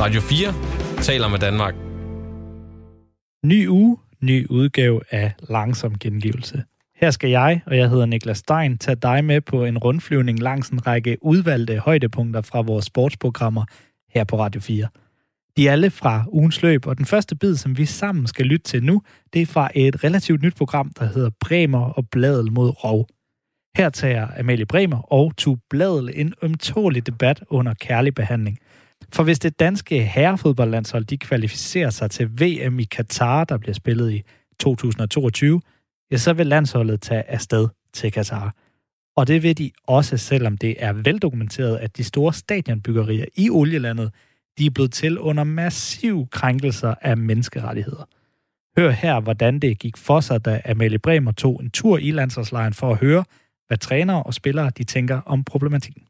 Radio 4 taler med Danmark. Ny uge, ny udgave af Langsom Gengivelse. Her skal jeg, og jeg hedder Niklas Stein, tage dig med på en rundflyvning langs en række udvalgte højdepunkter fra vores sportsprogrammer her på Radio 4. De er alle fra ugens løb, og den første bid, som vi sammen skal lytte til nu, det er fra et relativt nyt program, der hedder Bremer og Bladel mod Rov. Her tager Amalie Bremer og Tue Bladel en ømtålig debat under kærlig behandling. For hvis det danske herrefodboldlandshold, de kvalificerer sig til VM i Katar, der bliver spillet i 2022, ja, så vil landsholdet tage afsted til Katar. Og det vil de også, selvom det er veldokumenteret, at de store stadionbyggerier i olielandet, de er blevet til under massive krænkelser af menneskerettigheder. Hør her, hvordan det gik for sig, da Amalie Bremer tog en tur i landsholdslejren for at høre, hvad trænere og spillere de tænker om problematikken.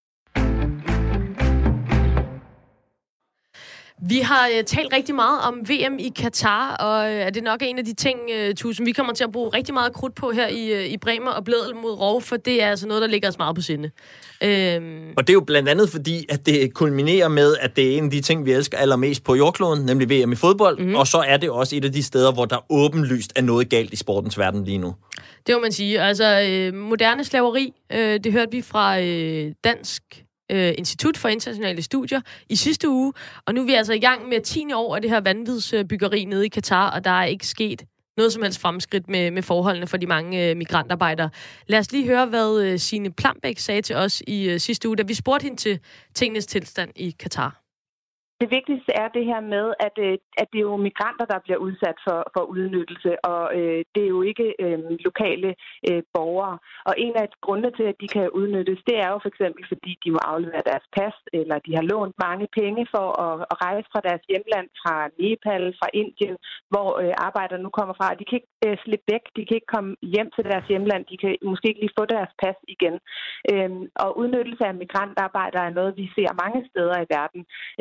Vi har talt rigtig meget om VM i Katar, og er det nok en af de ting, som vi kommer til at bruge rigtig meget krudt på her i Bremer og Bladel mod Rov, for det er altså noget, der ligger os meget på sinde. Og det er jo blandt andet fordi, at det kulminerer med, at det er en af de ting, vi elsker allermest på jordkloden, nemlig VM i fodbold, og så er det også et af de steder, hvor der åbenlyst er noget galt i sportens verden lige nu. Det må man sige. Altså, moderne slaveri, det hørte vi fra Dansk Institut for Internationale Studier i sidste uge, og nu er vi altså i gang med 10. år af det her vanvidsbyggeri nede i Katar, og der er ikke sket noget som helst fremskridt med forholdene for de mange migrantarbejdere. Lad os lige høre, hvad Signe Plambæk sagde til os i sidste uge, da vi spurgte hende til tingenes tilstand i Katar. Det vigtigste er det her med, at det er jo migranter, der bliver udsat for udnyttelse, og det er jo ikke lokale borgere. Og en af grundene til, at de kan udnyttes, det er jo for eksempel, fordi de må aflevere deres pas, eller de har lånt mange penge for at rejse fra deres hjemland, fra Nepal, fra Indien, hvor arbejdere nu kommer fra. De kan ikke slippe væk, de kan ikke komme hjem til deres hjemland, de kan måske ikke lige få deres pas igen. Og udnyttelse af migrantarbejdere er noget, vi ser mange steder i verden.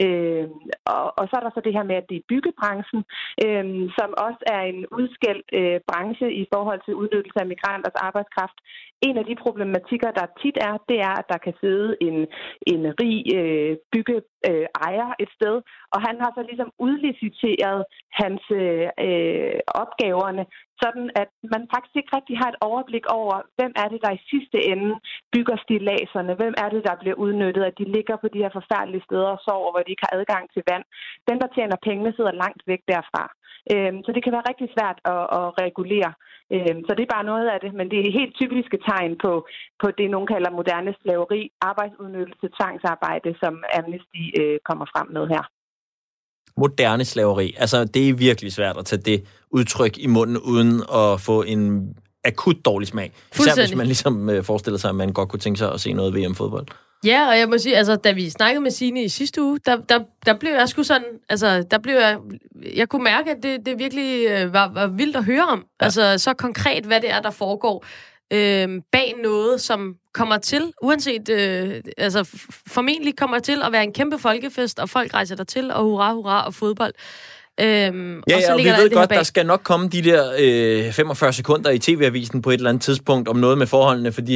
Og så er der så det her med, at det er byggebranchen, som også er en udskældt branche i forhold til udnyttelse af migranters arbejdskraft. En af de problematikker, der tit er, det er, at der kan sidde en rig byggeejer et sted, og han har så ligesom udliciteret hans opgaverne, sådan at man faktisk ikke rigtig har et overblik over, hvem er det, der i sidste ende bygger stilladserne, hvem er det, der bliver udnyttet, at de ligger på de her forfærdelige steder og sover, hvor de ikke har adgang til vand. Den, der tjener pengene, sidder langt væk derfra. Så det kan være rigtig svært at regulere. Så det er bare noget af det, men det er helt typiske tegn på det, nogen kalder moderne slaveri, arbejdsudnyttelse, tvangsarbejde, som Amnesty kommer frem med her. Moderne slaveri. Altså, det er virkelig svært at tage det udtryk i munden, uden at få en akut dårlig smag. Især hvis man ligesom forestiller sig, at man godt kunne tænke sig at se noget VM-fodbold. Ja, og jeg må sige, altså, da vi snakkede med Signe i sidste uge, der blev jeg sgu sådan, altså, jeg kunne mærke, at det virkelig var vildt at høre om. Ja. Altså, så konkret, hvad det er, der foregår bag noget, som kommer til, uanset, formentlig kommer til at være en kæmpe folkefest, og folk rejser der til, og hurra, og fodbold. Og vi ved godt, der skal nok komme de der 45 sekunder i TV-avisen på et eller andet tidspunkt om noget med forholdene for de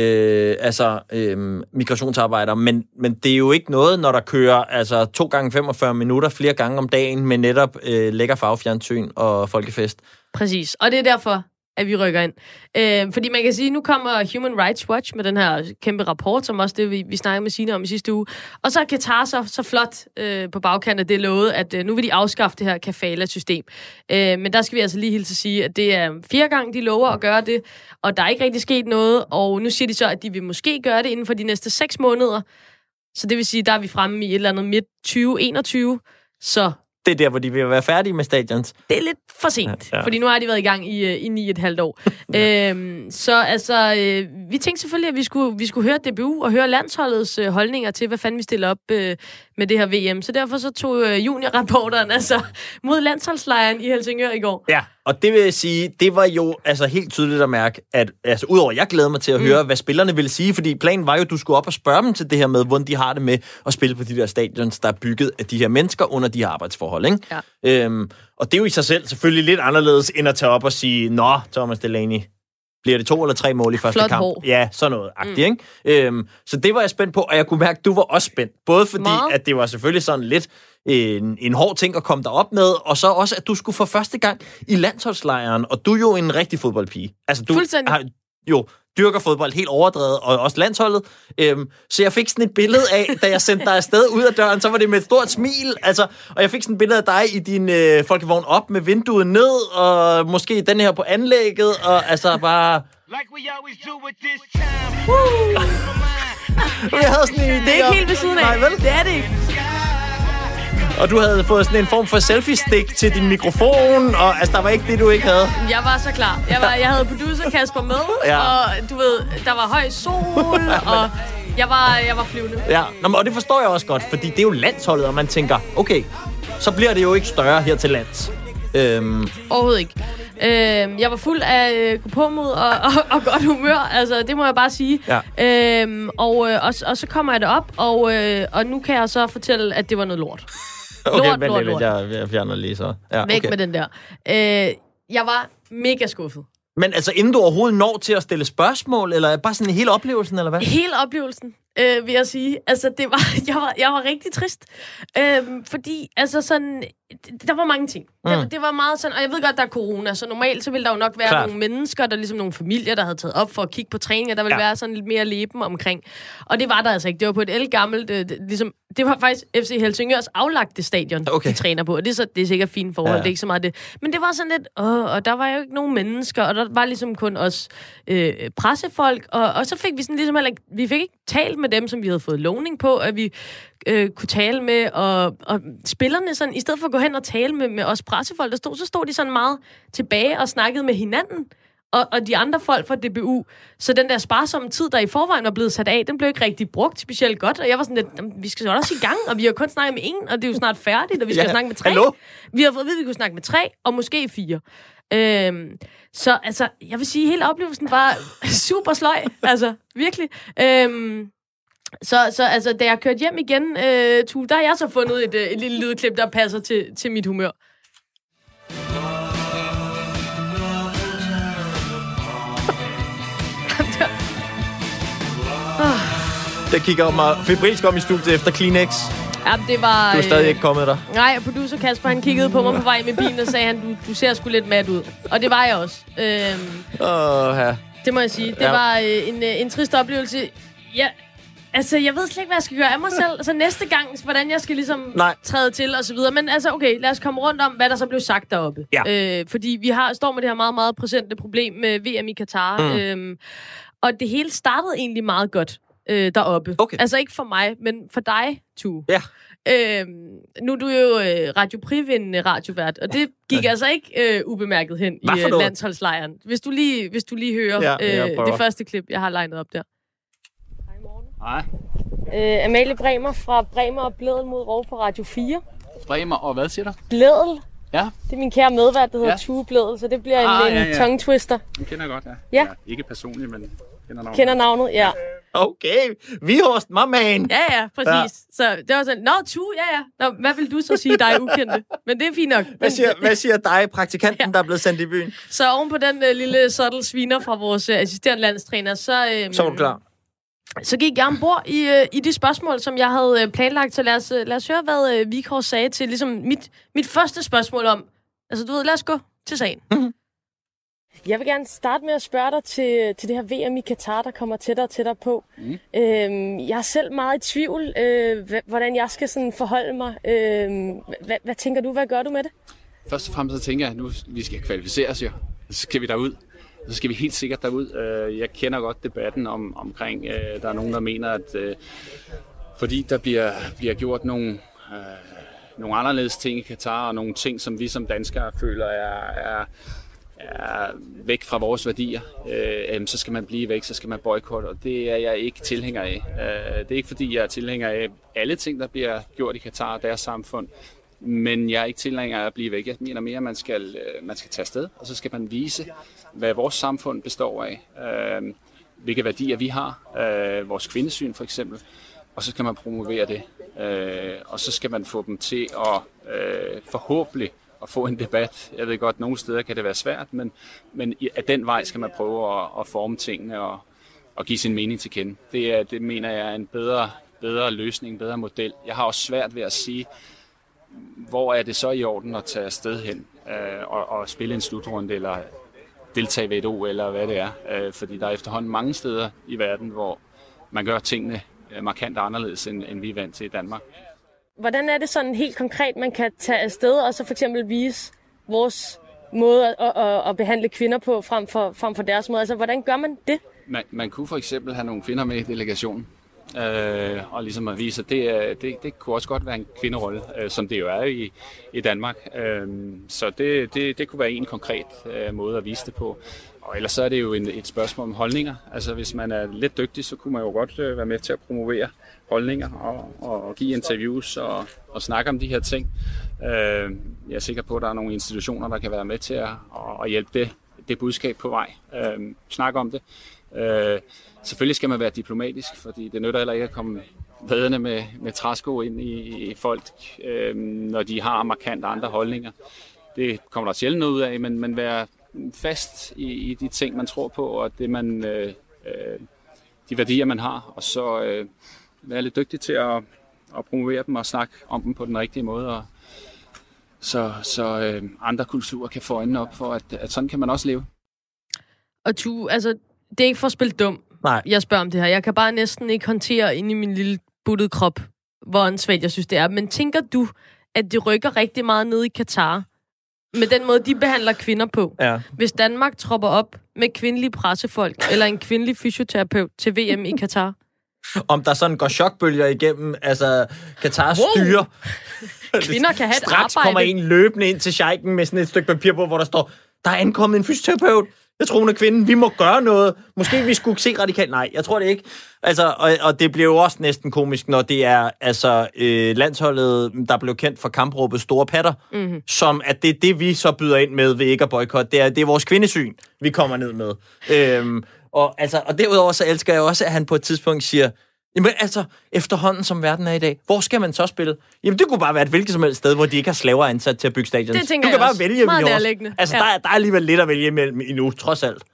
her migrationsarbejdere, men det er jo ikke noget, når der kører 2 gange 45 minutter flere gange om dagen med netop lækker farvefjernsyn og folkefest. Præcis, og det er derfor, at vi rykker ind. Fordi man kan sige, nu kommer Human Rights Watch med den her kæmpe rapport, som også det, vi snakkede med Signe om i sidste uge. Og så er Katar så flot på bagkanten af det lovede, at nu vil de afskaffe det her kafala-system. Men der skal vi altså lige hilse at sige, at det er 4 gange, de lover at gøre det, og der er ikke rigtig sket noget, og nu siger de så, at de vil måske gøre det inden for de næste 6 måneder. Så det vil sige, der er vi fremme i et eller andet midt 2021, så det er der, hvor de vil være færdige med stadions. Det er lidt for sent, fordi nu har de været i gang i 9,5 år. Vi tænkte selvfølgelig, at vi skulle høre DBU og høre landsholdets holdninger til, hvad fanden vi stiller op med det her VM. Så derfor så tog juniorrapporteren mod landsholdslejren i Helsingør i går. Ja, og det vil jeg sige, det var jo helt tydeligt at mærke, at udover jeg glæder mig til at høre, hvad spillerne ville sige, fordi planen var jo, at du skulle op og spørge dem til det her med, hvordan de har det med at spille på de der stadions, der er bygget af de her mennesker under de her arbejdsforhold, ikke? Ja. Og det er jo i sig selv selvfølgelig lidt anderledes, end at tage op og sige, nå, Thomas Delaney, bliver det 2 eller 3 mål i første kamp? Hår. Ja, sådan noget agtigt, ikke? Så det var jeg spændt på, og jeg kunne mærke, at du var også spændt. Både fordi, at det var selvfølgelig sådan lidt en hård ting at komme derop med, og så også, at du skulle for første gang i landsholdslejren, og du er jo en rigtig fodboldpige. Altså, du har jo dyrker fodbold helt overdrevet, og også landsholdet. Så jeg fik sådan et billede af, da jeg sendte dig afsted ud af døren, så var det med et stort smil, altså, og jeg fik sådan et billede af dig i din folkevogn op med vinduet ned, og måske den her på anlægget, og altså bare... Jeg havde sådan en idé. Det er ikke helt ved siden af. Nej, vel? Det er det ikke. Og du havde fået sådan en form for selfie-stik til din mikrofon, og altså, der var ikke det, du ikke havde. Jeg var så klar. Jeg havde producer Kasper med, og du ved, der var høj sol, og jeg var flyvende. Ja, og det forstår jeg også godt, fordi det er jo landsholdet, og man tænker, okay, så bliver det jo ikke større her til lands. Overhovedet ikke. Jeg var fuld af gåpåmod og godt humør, altså det må jeg bare sige. Ja. Og så kommer jeg derop, og nu kan jeg så fortælle, at det var noget lort. Okay, lort. Jeg fjerner lige så. Ja, okay. Væk med den der. Jeg var mega skuffet. Men altså, inden du overhovedet når til at stille spørgsmål, eller bare sådan hele oplevelsen, eller hvad? Hele oplevelsen, vil jeg sige. Altså, jeg var rigtig trist. Fordi, altså sådan... Der var mange ting. Det var meget sådan... Og jeg ved godt, der er corona, så normalt så ville der jo nok være nogle mennesker, der ligesom nogle familier, der havde taget op for at kigge på træninger, der ville være sådan lidt mere leben omkring. Og det var der altså ikke. Det var på et ældgammelt... Det var faktisk FC Helsingørs aflagte stadion, de træner på. Og det er sikkert fint forhold, det er ikke så meget det. Men det var sådan lidt... og der var jo ikke nogen mennesker, og der var ligesom kun os pressefolk. Og så fik vi sådan ligesom... Vi fik ikke talt med dem, som vi havde fået lovning på, at vi kunne tale med, og spillerne sådan, i stedet for at gå hen og tale med os pressefolk, så stod de sådan meget tilbage og snakkede med hinanden, og de andre folk fra DBU. Så den der sparsomme tid, der i forvejen var blevet sat af, den blev ikke rigtig brugt specielt godt, og jeg var sådan lidt, vi skal også i gang, og vi har kun snakket med en, og det er jo snart færdigt, og vi skal snakke med 3. Hallo? Vi har fået at vide, at vi kunne snakke med 3, og måske 4. Så altså, jeg vil sige, hele oplevelsen var super sløj, altså, virkelig. Så altså, da jeg kørte hjem igen, der har jeg så fundet et lille lydklip, der passer til mit humør. Der kigger mig febrilsk om i studiet efter Kleenex. Ja, det var... Du er stadig ikke kommet der. Nej, producer Kasper, han kiggede på mig på vej med bilen og sagde, du ser sgu lidt mat ud. Og det var jeg også. Det må jeg sige. Det var en trist oplevelse. Ja, altså, jeg ved slet ikke, hvad jeg skal gøre af mig selv. Altså, næste gang, hvordan jeg skal ligesom træde til og så videre. Men altså, okay, lad os komme rundt om, hvad der så blev sagt deroppe. Ja. Fordi vi står med det her meget, meget præsente problem med VM i Katar. Og det hele startede egentlig meget godt deroppe. Okay. Altså, ikke for mig, men for dig, Tue. Ja. Nu er du jo Radio-Prix-vindende radiovært, og det gik altså ikke ubemærket hen i landsholdslejren. Hvis du lige hører det første klip, jeg har legnet op der. Hej. Amalie Bremer fra Bremer og Bledel mod Rov på Radio 4. Bremer og hvad siger du? Bledel. Ja. Det er min kære medvært, der hedder Tue Bledel, så det bliver en tongue twister. Jeg kender godt, ja. Ikke personligt, men kender navnet. Kender navnet, ja. Okay, vi host my man. Ja, præcis. Ja. Så det var sådan, Tue, ja. Nå, hvad vil du så sige, dig ukendte? Men det er fint nok. Hvad siger dig, praktikanten, der er blevet sendt i byen? Så oven på den lille subtle sviner fra vores assisterende landstræner, så er du klar. Så gik jeg ombord i de spørgsmål, som jeg havde planlagt. Så lad os høre, hvad Vikor sagde til ligesom mit første spørgsmål om... Altså, du ved, lad os gå til sagen. Mm-hmm. Jeg vil gerne starte med at spørge dig til det her VM i Katar, der kommer tættere og tættere på. Jeg er selv meget i tvivl, hvordan jeg skal sådan forholde mig. Hvad tænker du? Hvad gør du med det? Først og fremmest så tænker jeg, at nu vi skal kvalificere os jo. Så skal vi derud. Så skal vi helt sikkert derud. Jeg kender godt debatten omkring, der er nogen, der mener, at fordi der bliver gjort nogle anderledes ting i Katar, og nogle ting, som vi som danskere føler er væk fra vores værdier, så skal man blive væk, så skal man boykotte, og det er jeg ikke tilhænger af. Det er ikke fordi, jeg er tilhænger af alle ting, der bliver gjort i Katar og deres samfund, men jeg er ikke tilhænger af at blive væk. Jeg mener mere, at man skal tage afsted, og så skal man vise, hvad vores samfund består af, hvilke værdier vi har, vores kvindesyn for eksempel, og så skal man promovere det, og så skal man få dem til at forhåbentlig at få en debat. Jeg ved godt, nogle steder kan det være svært, men af den vej skal man prøve at forme tingene og give sin mening til kende. Det mener jeg er en bedre løsning, en bedre model. Jeg har også svært ved at sige, hvor er det så i orden at tage afsted hen og spille en slutrunde, eller deltage ved et OL, eller hvad det er. Fordi der er efterhånden mange steder i verden, hvor man gør tingene markant anderledes, end vi er vant til i Danmark. Hvordan er det sådan helt konkret, man kan tage afsted og så for eksempel vise vores måde at behandle kvinder på frem for deres måde? Altså, hvordan gør man det? Man kunne for eksempel have nogle kvinder med i delegationen, og ligesom at vise, at det kunne også godt være en kvinderolle, som det jo er i Danmark. Så det kunne være en konkret måde at vise det på. Og ellers så er det jo et spørgsmål om holdninger. Altså hvis man er lidt dygtig, så kunne man jo godt være med til at promovere holdninger og give interviews og snakke om de her ting. Jeg er sikker på, at der er nogle institutioner, der kan være med til at hjælpe det budskab på vej. Snakke om det. Selvfølgelig skal man være diplomatisk, fordi det nytter heller ikke at komme vadende med træsko ind i folk, når de har markant andre holdninger. Det kommer der sjældent noget ud af, men være fast i de ting, man tror på, og det de værdier, man har, og så være lidt dygtig til at promovere dem og snakke om dem på den rigtige måde, og så andre kulturer kan få øjnene op for, at sådan kan man også leve. Og altså, det er ikke for at spille dum, jeg spørger om det her. Jeg kan bare næsten ikke håndtere inde i min lille buttede krop, hvor åndssvagt jeg synes, det er. Men tænker du, at det rykker rigtig meget ned i Katar? Med den måde, de behandler kvinder på. Ja. Hvis Danmark tropper op med kvindelige pressefolk, eller en kvindelig fysioterapeut til VM i Katar. Om der sådan går chokbølger igennem, altså Katars styre. Kvinder kan have et Straks arbejde. kommer en løbende ind til sheiken med sådan et stykke papir på, hvor der står, der er ankommet en fysioterapeut. Jeg tror, hun er kvinde. Vi må gøre noget. Måske vi skulle se radikalt. Nej, jeg tror det ikke. Altså, og det bliver jo også næsten komisk, når det er landsholdet, der blev kendt for kampråbet store patter, som at det er det, vi så byder ind med ved ikke at boykotte. Det er vores kvindesyn, vi kommer ned med. Og derudover så elsker jeg også, at han på et tidspunkt siger, jamen altså, efterhånden som verden er i dag, hvor skal man så spille? Jamen det kunne bare være et hvilket som helst sted, hvor de ikke har slaver ansat til at bygge stadions. Det tænker du kan jeg bare også. vælge Meget dem nærliggende. Altså, ja. der er alligevel lidt at vælge imellem endnu, trods alt.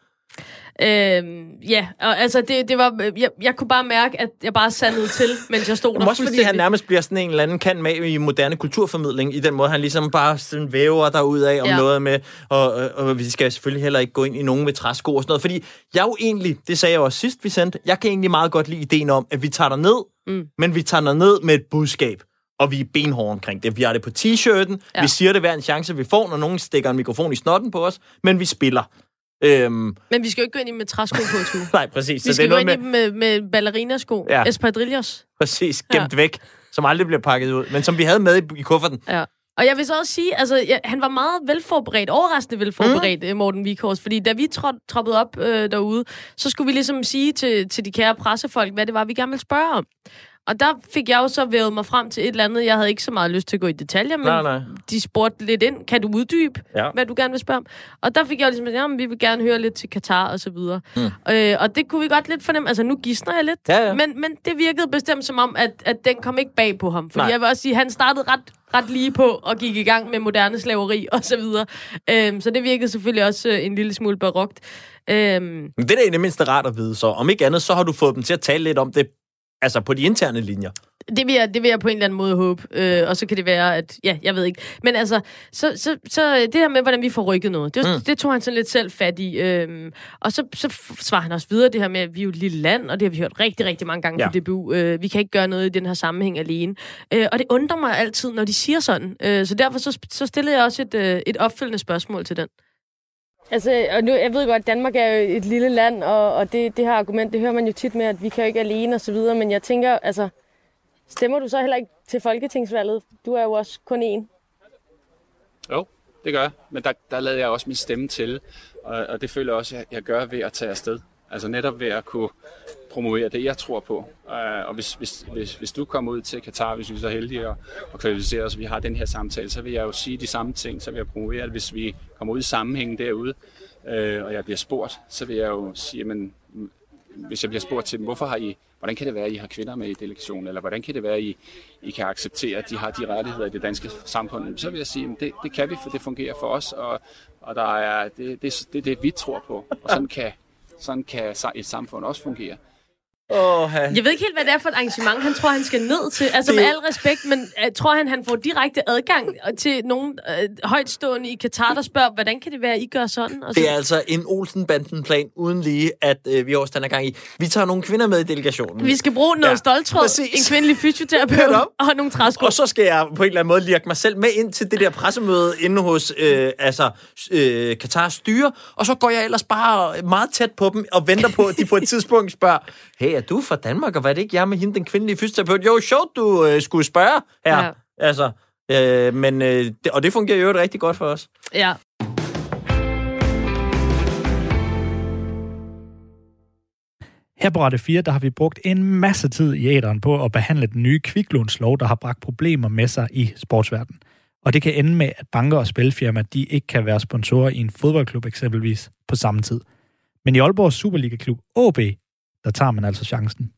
Ja, og altså det var, jeg kunne bare mærke, at jeg bare sandede til, mens jeg stod der også fordi han nærmest bliver sådan en eller anden kan med i moderne kulturformidling, i den måde, han ligesom bare sådan væver derud af om noget med, og vi skal selvfølgelig heller ikke gå ind i nogen med træsko og sådan noget, fordi jeg jo egentlig, det sagde jeg også sidst, vi sendte, jeg kan egentlig meget godt lide ideen om, at vi tager ned, men vi tager ned med et budskab, og vi er benhårde omkring det. Vi har det på t-shirten, vi siger det hver en chance, vi får, når nogen stikker en mikrofon i snotten på os, men vi spiller. Men vi skal jo ikke gå ind i med træsko på, Tue. Nej, præcis. Vi skal gå ind i med ballerinasko. Ja. Espadrilles. Præcis, gemt væk, som aldrig bliver pakket ud, men som vi havde med i kufferten. Ja. Og jeg vil så også sige, altså, han var meget velforberedt, overraskende velforberedt, Morten Wieghorst, fordi da vi troppede op derude, så skulle vi ligesom sige til de kære pressefolk, hvad det var, vi gerne ville spørge om. Og der fik jeg jo så vævet mig frem til et eller andet. Jeg havde ikke så meget lyst til at gå i detaljer, men de spurgte lidt ind. Kan du uddybe, hvad du gerne vil spørge om? Og der fik jeg jo ligesom, vi vil gerne høre lidt til Katar og så videre. Og det kunne vi godt lidt fornemme. Altså, nu gisner jeg lidt. Ja. Men det virkede bestemt som om, at den kom ikke bag på ham. Fordi jeg vil også sige, han startede ret lige på og gik i gang med moderne slaveri og så videre. Så det virkede selvfølgelig også en lille smule barokt. Men det er i det mindste rart at vide, så om ikke andet, så har du fået dem til at tale lidt om det. Altså på de interne linjer. Det vil jeg på en eller anden måde håbe. Og så kan det være, at... Ja, jeg ved ikke. Men altså, så det her med, hvordan vi får rykket noget, det tog han sådan lidt selv fat i. Og så svarer han også videre det her med, at vi er jo et lille land, og det har vi hørt rigtig, rigtig mange gange på DBU. Vi kan ikke gøre noget i den her sammenhæng alene. Og det undrer mig altid, når de siger sådan. Så derfor så stillede jeg også et opfølgende spørgsmål til den. Altså, og nu, jeg ved godt, at Danmark er jo et lille land, og det her argument, det hører man jo tit med, at vi kan jo ikke alene og så videre, men jeg tænker, altså, stemmer du så heller ikke til folketingsvalget? Du er jo også kun én. Jo, det gør jeg, men der lader jeg også min stemme til, og det føler jeg også, at jeg gør ved at tage afsted. Altså netop ved at kunne promovere det, jeg tror på. Og hvis du kommer ud til Katar, hvis vi er så heldige og kvalificerer os, vi har den her samtale, så vil jeg jo sige de samme ting, så vil jeg promovere det. Hvis vi kommer ud i sammenhængen derude, og jeg bliver spurgt, så vil jeg jo sige, men hvis jeg bliver spurgt til dem, hvordan kan det være, at I har kvinder med i delegationen, eller hvordan kan det være, at I kan acceptere, at de har de rettigheder i det danske samfund, så vil jeg sige, at det kan vi, for det fungerer for os, og der er, det er det, vi tror på, og sådan kan et samfund også fungere. Jeg ved ikke helt, hvad det er for et arrangement, han tror, han skal ned til. Altså med al respekt, men tror han får direkte adgang til nogen højtstående i Katar, der spørger, hvordan kan det være, I gør sådan? Og det er altså en Olsen-banden-plan, uden lige, at vi også den her gang i. Vi tager nogle kvinder med i delegationen. Vi skal bruge noget stoltråd, en kvindelig fysioterapeut og nogle træsko. Og så skal jeg på en eller anden måde lirke mig selv med ind til det der pressemøde inde hos Katars styre, og så går jeg ellers bare meget tæt på dem og venter på, at de på et tidspunkt spørger, hey, er du fra Danmark, og var det ikke jeg med hende, den kvindelige fysioterapeut? Jo, sjovt, du skulle spørge her. Ja. Altså, og det fungerer jo rigtig godt for os. Ja. Her på Radio 4, der har vi brugt en masse tid i æteren på at behandle den nye kviklånslov, der har bragt problemer med sig i sportsverdenen. Og det kan ende med, at banker og spilfirmaer, de ikke kan være sponsorer i en fodboldklub eksempelvis på samme tid. Men i Aalborgs Superliga-klub AB, der tager man altså chancen.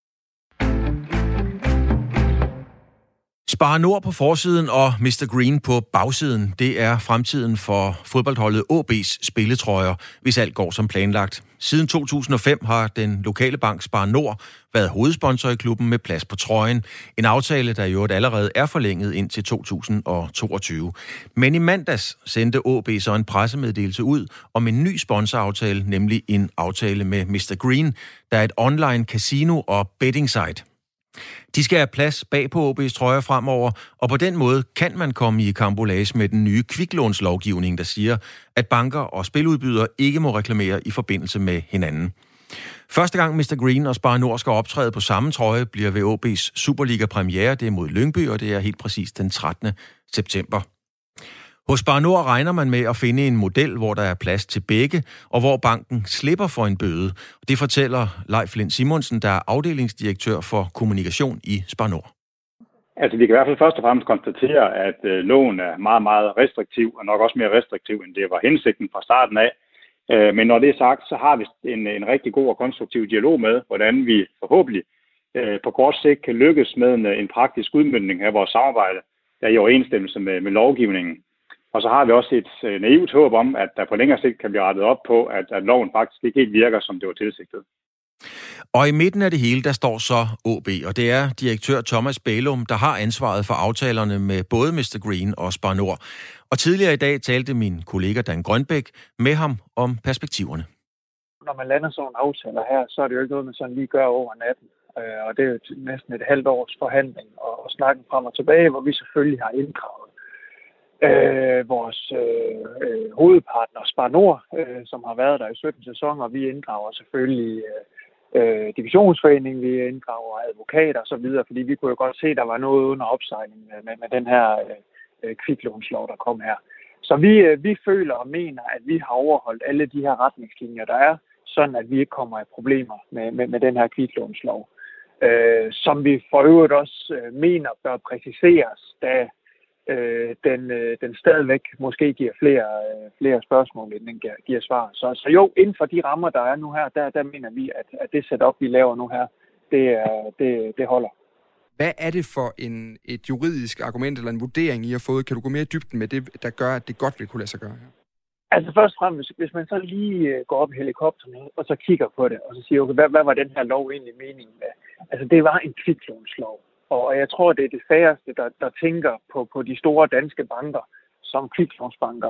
Spar Nord på forsiden og Mr. Green på bagsiden. Det er fremtiden for fodboldholdet AB's spilletrøjer, hvis alt går som planlagt. Siden 2005 har den lokale bank Spar Nord været hovedsponsor i klubben med plads på trøjen. En aftale, der i øvrigt allerede er forlænget ind til 2022. Men i mandags sendte AB så en pressemeddelelse ud om en ny sponsoraftale, nemlig en aftale med Mr. Green, der er et online casino og betting site. De skal have plads bag på AB's trøjer fremover, og på den måde kan man komme i karambolage med den nye kviklånslovgivning, der siger, at banker og spiludbydere ikke må reklamere i forbindelse med hinanden. Første gang Mr. Green og Spar Nord skal optræde på samme trøje, bliver ved AB's Superliga-premiere. Det er mod Lyngby, og det er helt præcis den 13. september. Hos Spar Nord regner man med at finde en model, hvor der er plads til begge, og hvor banken slipper for en bøde. Det fortæller Leif Lind Simonsen, der er afdelingsdirektør for kommunikation i Spar Nord. Altså, vi kan i hvert fald først og fremmest konstatere, at loven er meget, meget restriktiv, og nok også mere restriktiv, end det var hensigten fra starten af. Men når det er sagt, så har vi en rigtig god og konstruktiv dialog med, hvordan vi forhåbentlig på kort sigt kan lykkes med en praktisk udmøntning af vores samarbejde, der er i overensstemmelse med lovgivningen. Og så har vi også et naivt håb om, at der på længere sigt kan blive rettet op på, at loven faktisk ikke helt virker, som det var tilsigtet. Og i midten af det hele, der står så AB, og det er direktør Thomas Bælum, der har ansvaret for aftalerne med både Mr. Green og Spar Nord. Og tidligere i dag talte min kollega Dan Grønbæk med ham om perspektiverne. Når man lander sådan en aftale her, så er det jo ikke noget, man sådan lige gør over natten. Og det er jo næsten et halvt års forhandling og snakken frem og tilbage, hvor vi selvfølgelig har inddraget vores hovedpartner Spar Nord, som har været der i 17 sæsoner. Vi inddrager selvfølgelig divisionsforeningen, vi inddrager advokater og så videre, fordi vi kunne jo godt se, at der var noget under opsejling med den her kviklånslov, der kom her. Så vi føler og mener, at vi har overholdt alle de her retningslinjer, der er, sådan at vi ikke kommer i problemer med den her kviklånslov. Som vi for øvrigt også mener bør præciseres, da den stadigvæk måske giver flere spørgsmål, end den giver svar. Så jo, inden for de rammer, der er nu her, der mener vi, at det setup, vi laver nu her, det holder. Hvad er det for et juridisk argument eller en vurdering, I har fået? Kan du gå mere i dybden med det, der gør, at det godt vil kunne lade sig gøre her? Altså først og fremmest, hvis man så lige går op i helikopteren og så kigger på det, og så siger, okay, hvad var den her lov egentlig meningen med? Altså det var en kviklånslov. Og jeg tror, det er det færreste, der tænker på de store danske banker som kviklånsbanker.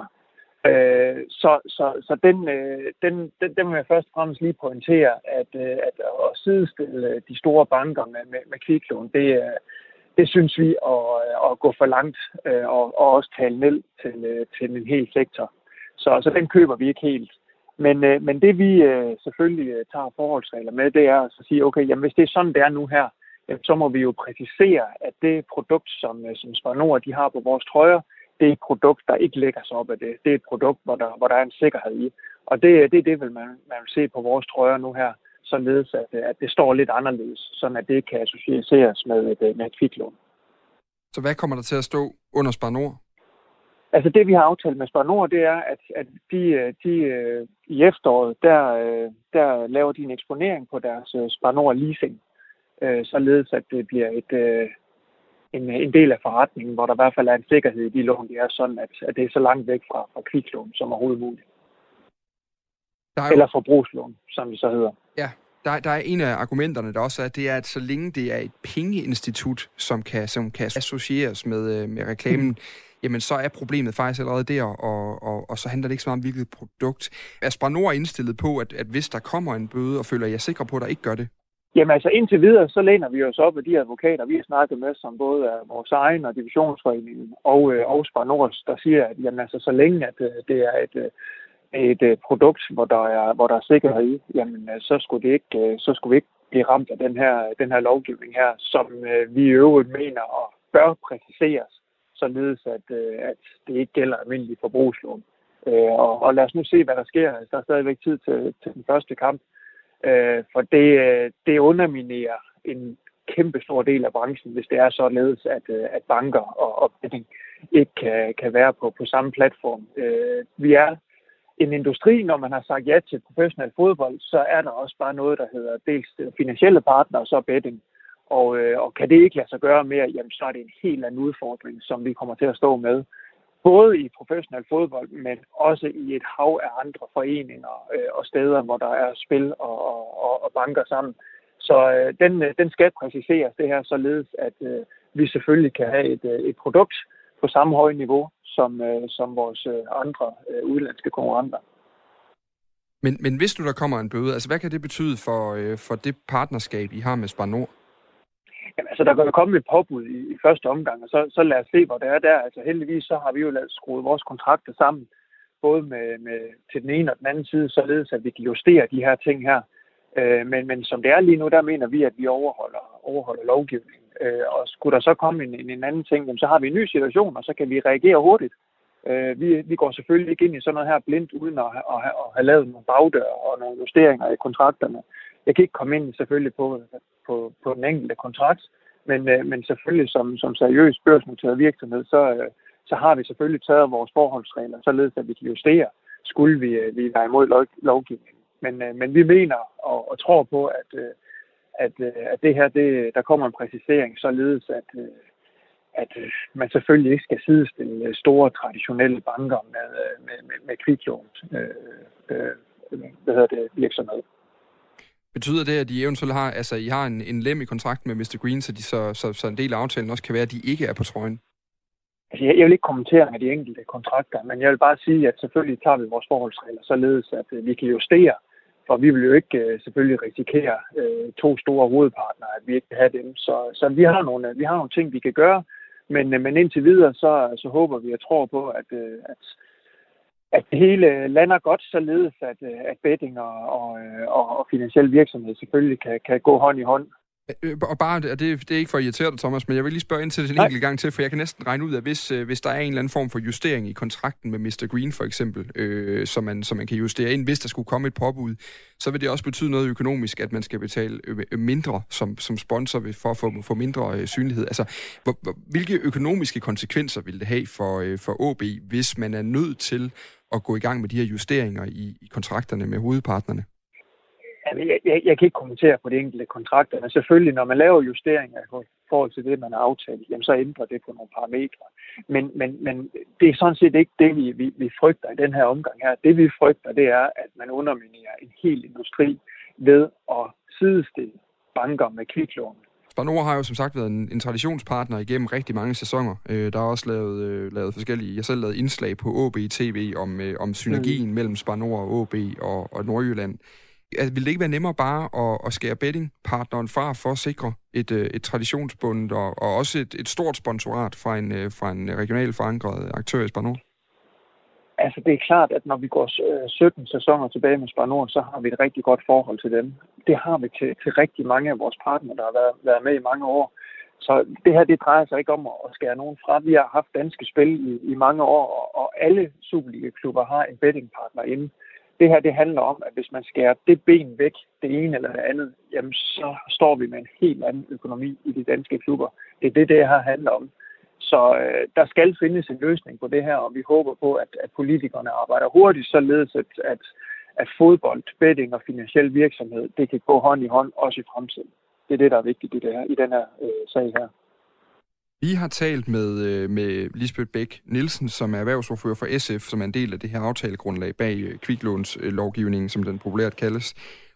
Så den vil jeg først og fremmest lige pointere, at sidestille de store banker med kviklån, det synes vi at gå for langt og også tale ned til en hel sektor. Så den køber vi ikke helt. Men det vi selvfølgelig tager forholdsregler med, det er at sige, okay, jamen hvis det er sådan, det er nu her, så må vi jo præcisere, at det produkt, som Spar Nord de har på vores trøjer, det er et produkt, der ikke lægger sig op af det. Det er et produkt, hvor der er en sikkerhed i. Og det er det, man vil se på vores trøjer nu her, således at det står lidt anderledes, sådan at det kan associeres med et kviklån. Så hvad kommer der til at stå under Spar Nord? Altså det, vi har aftalt med Spar Nord, det er, at de i efteråret, der laver de en eksponering på deres Spar Nord leasing, således at det bliver en del af forretningen, hvor der i hvert fald er en sikkerhed i de lån, det er sådan, at det er så langt væk fra kviklån som overhovedet muligt. Eller forbrugslån, som det så hedder. Ja, Der er en af argumenterne, der også er, det er, at så længe det er et pengeinstitut, som kan associeres med reklamen, jamen så er problemet faktisk allerede der, og så handler det ikke så meget om hvilket produkt. Er Spar Nord indstillet på, at hvis der kommer en bøde, og føler jeg sikker på, at der ikke gør det? Jamen altså indtil videre, så læner vi os op af de advokater, vi har snakket med, som både er vores egen og divisionsforeningen og Spar Nord, der siger, at jamen, altså, så længe at det er et produkt, hvor der er sikkerhed i, jamen så skulle vi ikke blive ramt af den her lovgivning her, som vi i øvrigt mener og bør præciseres, således at det ikke gælder almindelige forbrugslån. Og lad os nu se, hvad der sker. Der er stadigvæk tid til den første kamp. For det underminerer en kæmpe stor del af branchen, hvis det er således, at banker og betting ikke kan være på samme platform. Vi er en industri, når man har sagt ja til professionel fodbold, så er der også bare noget, der hedder dels finansielle partnere og så betting. Og kan det ikke lade sig gøre mere, jamen så er det en helt anden udfordring, som vi kommer til at stå med. Både i professionel fodbold, men også i et hav af andre foreninger og steder, hvor der er spil og banker sammen. Så den skal præciseres det her, således at vi selvfølgelig kan have et produkt på samme høje niveau som vores andre udenlandske konkurrenter. Men hvis nu der kommer en bøde, altså hvad kan det betyde for det partnerskab, I har med Spar Nord? Jamen, altså, der kan jo komme et påbud i første omgang, og så lad os se, hvor det er der. Altså, heldigvis så har vi jo skruet vores kontrakter sammen, både med til den ene og den anden side, således at vi kan justere de her ting her. Men som det er lige nu, der mener vi, at vi overholder lovgivningen. Og skulle der så komme en anden ting, jamen, så har vi en ny situation, og så kan vi reagere hurtigt. Vi går selvfølgelig ikke ind i sådan noget her blindt, uden at have lavet nogle bagdøre og nogle justeringer i kontrakterne. Jeg kan ikke komme ind selvfølgelig på den enkelte kontrakt, men selvfølgelig som seriøs børsnoteret virksomhed, så har vi selvfølgelig taget vores forholdsregler, således at vi kan justere, skulle vi være imod lovgivningen. Men vi mener og tror på, at det her, der kommer en præcisering, således at man selvfølgelig ikke skal sidestille store traditionelle banker med kviklån virksomhed. Betyder det, at I eventuelt har, altså I har en lem i kontrakten med Mr. Green, så en del af aftalen også kan være, at de ikke er på trøjen? Altså, jeg vil ikke kommentere med de enkelte kontrakter, men jeg vil bare sige, at selvfølgelig tager vi vores forholdsregler, således at vi kan justere, for vi vil jo ikke selvfølgelig risikere to store hovedpartnere, at vi ikke kan have dem. Så vi har nogle ting, vi kan gøre, men indtil videre, så håber vi og tror på, at det hele lander godt, således at betting og finansiel virksomhed selvfølgelig kan gå hånd i hånd. Og bare, det er ikke for at irritere dig, Thomas, men jeg vil lige spørge ind til det en enkelt gang til, for jeg kan næsten regne ud af, hvis der er en eller anden form for justering i kontrakten med Mr. Green for eksempel, som man kan justere ind, hvis der skulle komme et påbud, så vil det også betyde noget økonomisk, at man skal betale mindre som sponsor for at få mindre synlighed. Altså, hvilke økonomiske konsekvenser vil det have for OB, hvis man er nødt til at gå i gang med de her justeringer i kontrakterne med hovedpartnerne? Jeg kan ikke kommentere på de enkelte kontrakter, men selvfølgelig, når man laver justeringer i forhold til det, man har aftalt, jamen, så ændrer det på nogle parametre. Men det er sådan set ikke det, vi frygter i den her omgang her. Det, vi frygter, det er, at man underminerer en hel industri ved at sidestille banker med kviklån. Spar Nord har jo som sagt været en traditionspartner igennem rigtig mange sæsoner. Der er også lavet forskellige... Jeg har selv lavet indslag på OB TV om synergien mellem Spar Nord og OB og Nordjylland. Vil det ikke være nemmere bare at skære bettingpartneren fra for at sikre et traditionsbundet og også et stort sponsorat fra en regionalt forankret aktør i Spar Nord? Altså, det er klart, at når vi går 17 sæsoner tilbage med Spar Nord, så har vi et rigtig godt forhold til dem. Det har vi til rigtig mange af vores partnere, der har været med i mange år. Så det her, det drejer sig ikke om at skære nogen fra. Vi har haft danske spil i mange år, og alle Superliga-klubber har en bettingpartner inde. Det her, det handler om, at hvis man skærer det ben væk, det ene eller det andet, jamen så står vi med en helt anden økonomi i de danske klubber. Det er det her handler om. Så der skal findes en løsning på det her, og vi håber på, at politikerne arbejder hurtigt, således at fodbold, betting og finansiel virksomhed, det kan gå hånd i hånd også i fremtiden. Det er det, der er vigtigt i den her sag her. Vi har talt med Lisbeth Bech Nielsen, som er erhvervsordfører for SF, som er en del af det her aftalegrundlag bag kviklånslovgivningen, som den populært kaldes.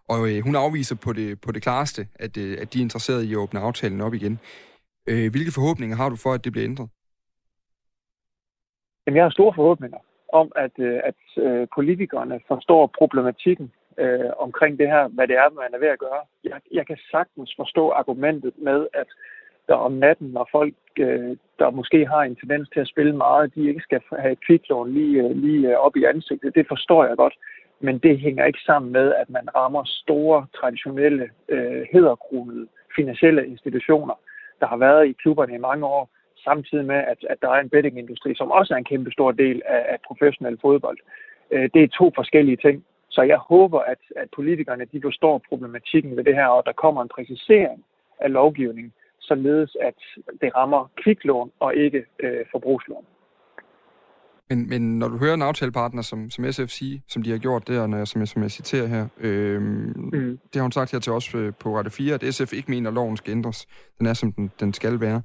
Og hun afviser på det klareste, at de er interesserede i at åbne aftalen op igen. Hvilke forhåbninger har du for, at det bliver ændret? Jamen, jeg har store forhåbninger om, at politikerne forstår problematikken omkring det her, hvad det er, man er ved at gøre. Jeg kan sagtens forstå argumentet med, at der om natten, når folk, der måske har en tendens til at spille meget, de ikke skal have et kviklån lige op i ansigtet. Det forstår jeg godt. Men det hænger ikke sammen med, at man rammer store, traditionelle, hæderkronede finansielle institutioner, der har været i klubberne i mange år, samtidig med, at der er en bettingindustri, som også er en kæmpe stor del af professionel fodbold. Det er 2 forskellige ting. Så jeg håber, at politikerne de forstår problematikken ved det her, og der kommer en præcisering af lovgivningen, således at det rammer kviklån og ikke forbrugslån. Men når du hører en aftalepartner, som SF siger, som de har gjort der, som jeg citerer her, det har hun sagt her til os på Radio 4, at SF ikke mener, at loven skal ændres. Den er, som den skal være.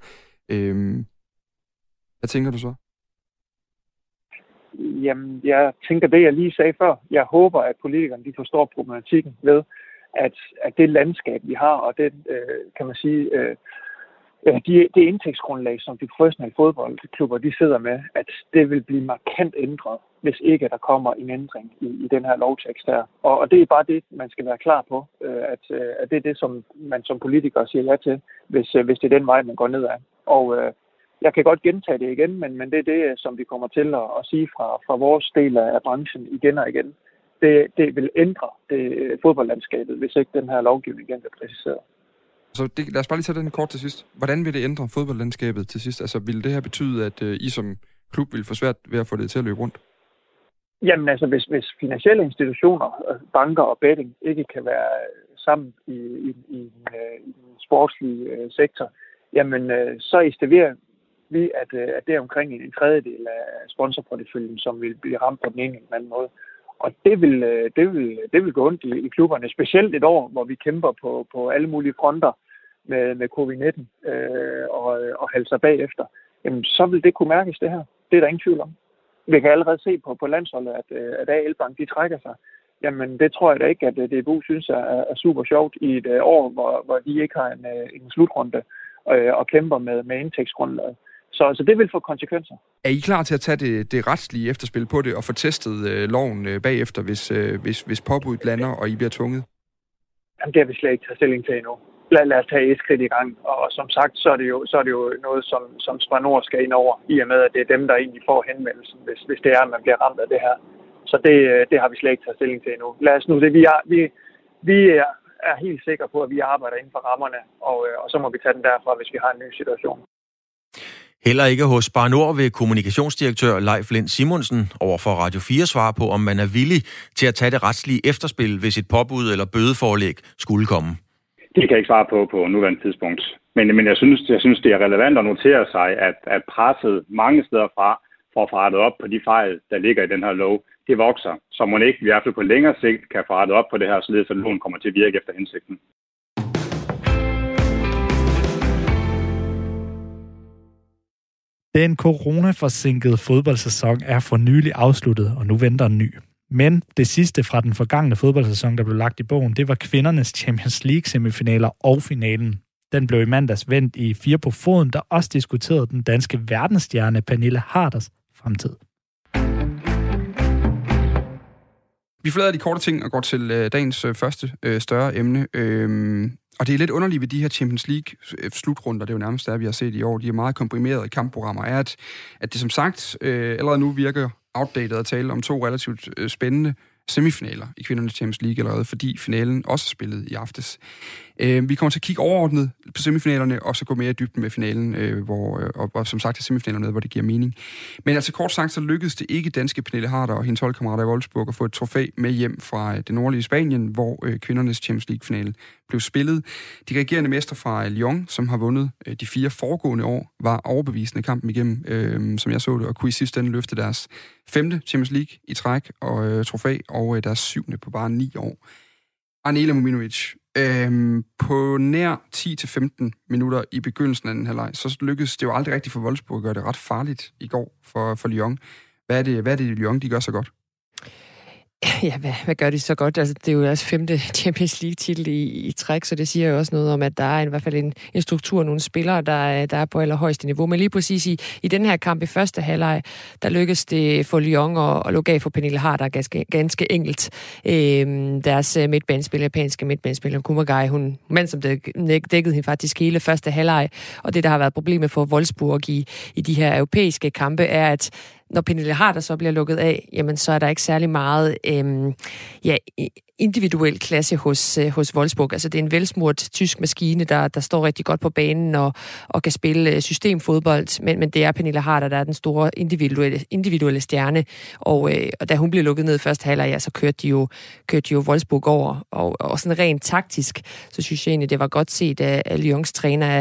Hvad tænker du så? Jamen, jeg tænker det, jeg lige sagde før. Jeg håber, at politikerne de forstår problematikken ved, at det landskab, vi har, og det, kan man sige, det indtægtsgrundlag, som de professionelle fodboldklubber de sidder med, at det vil blive markant ændret, hvis ikke der kommer en ændring i den her lovtekst her. Og det er bare det, man skal være klar på, at det er det, som man som politiker siger ja til, hvis det er den vej, man går nedad. Og jeg kan godt gentage det igen, men det er det, som vi kommer til at sige fra vores del af branchen igen og igen. Det vil ændre fodboldlandskabet, hvis ikke den her lovgivning igen bliver præciseret. Så lad os bare lige tage den kort til sidst. Hvordan vil det ændre fodboldlandskabet til sidst? Altså, vil det her betyde, at I som klub vil få svært ved at få det til at løbe rundt? Jamen altså, hvis finansielle institutioner, banker og betting ikke kan være sammen i en sportslig sektor, jamen så estimerer vi, at det er omkring en tredjedel af sponsorporteføljen, som vil blive ramt på den ene eller anden måde. Og det vil gå ondt i klubberne, specielt et år, hvor vi kæmper på alle mulige fronter med covid-19 og halser bagefter. Jamen, så vil det kunne mærkes, det her. Det er der ingen tvivl om. Vi kan allerede se på landsholdet, at AL Bank, de trækker sig. Jamen, det tror jeg da ikke, at DBU synes er super sjovt i et år, hvor de ikke har en slutrunde og kæmper med indtægtsgrundlaget. Så det vil få konsekvenser. Er I klar til at tage det retslige efterspil på det og få testet loven bagefter, hvis påbuddet lander, og I bliver tvunget? Jamen, det har vi slet ikke taget stilling til endnu. Lad os tage et skridt i gang. Og som sagt, så er det jo noget, som Spar Nord skal ind over, i og med, at det er dem, der egentlig får henvendelsen, hvis det er, at man bliver ramt af det her. Så det har vi slet ikke taget stilling til endnu. Lad os nu det. Vi er helt sikre på, at vi arbejder inden for rammerne, og så må vi tage den derfra, hvis vi har en ny situation. Heller ikke hos Spar Nord vil kommunikationsdirektør Leif Lind Simonsen over for Radio 4 svare på, om man er villig til at tage det retslige efterspil, hvis et påbud eller bødeforelæg skulle komme. Det kan jeg ikke svare på nuværende tidspunkt. Men jeg synes, det er relevant at notere sig, at presset mange steder fra for at få rettet op på de fejl, der ligger i den her lov, det vokser. Så man ikke i hvert fald på længere sigt kan få rettet op på det her, således at loven kommer til at virke efter hensigten. Den coronaforsinkede fodboldsæson er for nylig afsluttet, og nu venter en ny. Men det sidste fra den forgangne fodboldsæson, der blev lagt i bogen, det var kvindernes Champions League-semifinaler og finalen. Den blev i mandags vendt i 4 på foden, der også diskuterede den danske verdensstjerne Pernille Harders fremtid. Vi forlader de korte ting og går til dagens første større emne. Og det er lidt underligt ved de her Champions League-slutrunder, det er jo nærmest der, vi har set i år. De er meget komprimerede kampprogrammer, er, at det som sagt allerede nu virker outdated at tale om 2 relativt spændende semifinaler i kvindernes Champions League allerede, fordi finalen også er spillet i aftes. Vi kommer til at kigge overordnet på semifinalerne, og så gå mere i dybden med finalen, og som sagt er semifinalerne, hvor det giver mening. Men altså kort sagt, så lykkedes det ikke danske Pernille Harder og hendes holdkammerater i Wolfsburg at få et trofæ med hjem fra det nordlige Spanien, hvor kvindernes Champions League-finale blev spillet. De regerende mestre fra Lyon, som har vundet de 4 foregående år, var overbevisende kampen igennem, som jeg så det, og kunne i sidste ende løfte deres 5. Champions League i træk og trofæ, og deres 7. på bare 9 år. Anela Muminovic, på nær 10-15 minutter i begyndelsen af den her leg, så lykkedes det jo aldrig rigtigt for Wolfsburg at gøre det ret farligt i går for Lyon. Hvad er det Lyon, de gør så godt? Ja, hvad gør de så godt? Altså, det er jo deres 5. Champions League-titel i træk, så det siger jo også noget om, at der er i hvert fald en struktur, nogle spillere, der er på allerhøjeste niveau. Men lige præcis i den her kamp i første halvleg, der lykkedes det for Lyon og lukke af for Pernille Harder ganske enkelt. Deres midtbanespiller, japanske midtbanespiller, Kumagai, mand som dækkede hende faktisk hele første halvleg. Og det, der har været problemet for Wolfsburg i de her europæiske kampe, er, at når Pernille Harder så bliver lukket af, jamen så er der ikke særlig meget individuel klasse hos Wolfsburg. Altså det er en velsmurt tysk maskine, der står rigtig godt på banen og kan spille systemfodbold, men det er Pernille Harder, der er den store individuelle stjerne. Og da hun blev lukket ned i første halvleg, ja, så kørte de jo Wolfsburg over. Og sådan rent taktisk, så synes jeg egentlig, det var godt set af Lyons træner,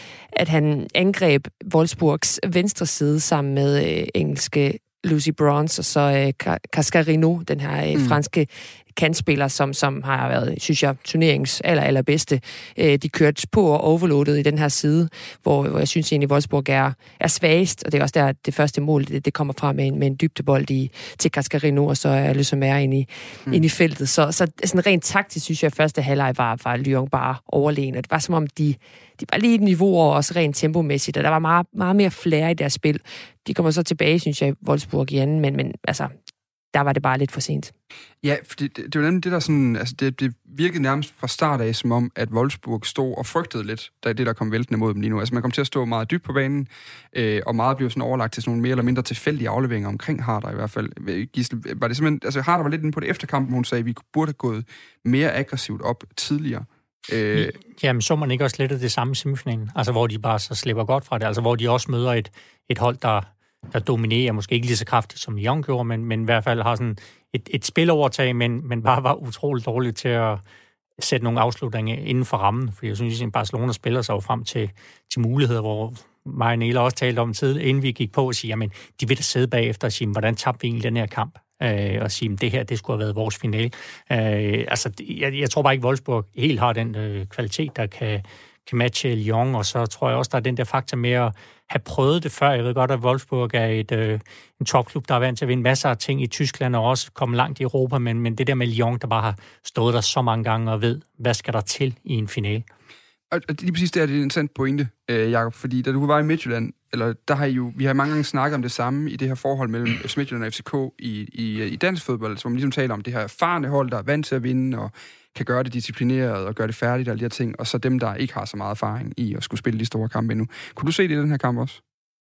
at han angreb Wolfsburgs venstre side sammen med engelske Lucy Bronze og så Cascarino, den her franske kantspiller, som har været, synes jeg, turneringens allerbedste. De kørte på og overloadet i den her side, hvor jeg synes egentlig, Wolfsburg er svagest, og det er også der, det første mål, det kommer fra med en dybdebold til Cascarino, og så er ligesom inde i feltet. Så sådan rent taktisk, synes jeg, at første halvleg var Lyon bare overlegen, og det var som om, de var lige et niveau over, også rent tempomæssigt, og der var meget, meget mere flair i deres spil. De kommer så tilbage, synes jeg, Wolfsburg i anden, men altså, der var det bare lidt for sent. Ja, for det var nemlig det, der sådan, altså det virkede nærmest fra start af, som om, at Wolfsburg stod og frygtede lidt, da det, der kom væltende mod dem lige nu. Altså man kom til at stå meget dybt på banen, og meget blev sådan overlagt til sådan nogle mere eller mindre tilfældige afleveringer omkring Harder i hvert fald. Gisle, var det simpelthen, altså Harder var lidt inde på det efterkampen, hun sagde, at vi burde have gået mere aggressivt op tidligere. Jamen, så man ikke også lidt det samme i semifinalen, altså hvor de bare så slipper godt fra det, altså hvor de også møder et hold, der dominerer, måske ikke lige så kraftigt som Lyon gjorde, men i hvert fald har sådan et spilovertag, men bare var utroligt dårligt til at sætte nogle afslutninger inden for rammen, fordi jeg synes, at Barcelona spiller sig jo frem til muligheder, hvor mig og Nela også talte om tidligere, inden vi gik på og sige, jamen, de vil da sidde bagefter og sige, hvordan tabte vi egentlig den her kamp? Og sige, det her, det skulle have været vores finale. Altså, jeg tror bare ikke, Wolfsburg helt har den kvalitet, der kan matche Lyon, og så tror jeg også, der er den der faktor med at have prøvet det før. Jeg ved godt, at Wolfsburg er en topklub, der er vant til at vinde masser af ting i Tyskland, og også komme langt i Europa, men det der med Lyon, der bare har stået der så mange gange og ved, hvad skal der til i en finale. Og lige præcis det er en interessant pointe, Jacob, fordi da du var i Midtjylland, eller vi har mange gange snakket om det samme i det her forhold mellem Midtjylland og FCK i dansk fodbold, hvor man ligesom taler om det her erfarne hold, der er vant til at vinde, og kan gøre det disciplineret og gøre det færdigt og alle de her ting, og så dem, der ikke har så meget erfaring i at skulle spille de store kampe endnu. Kunne du se det i den her kamp også?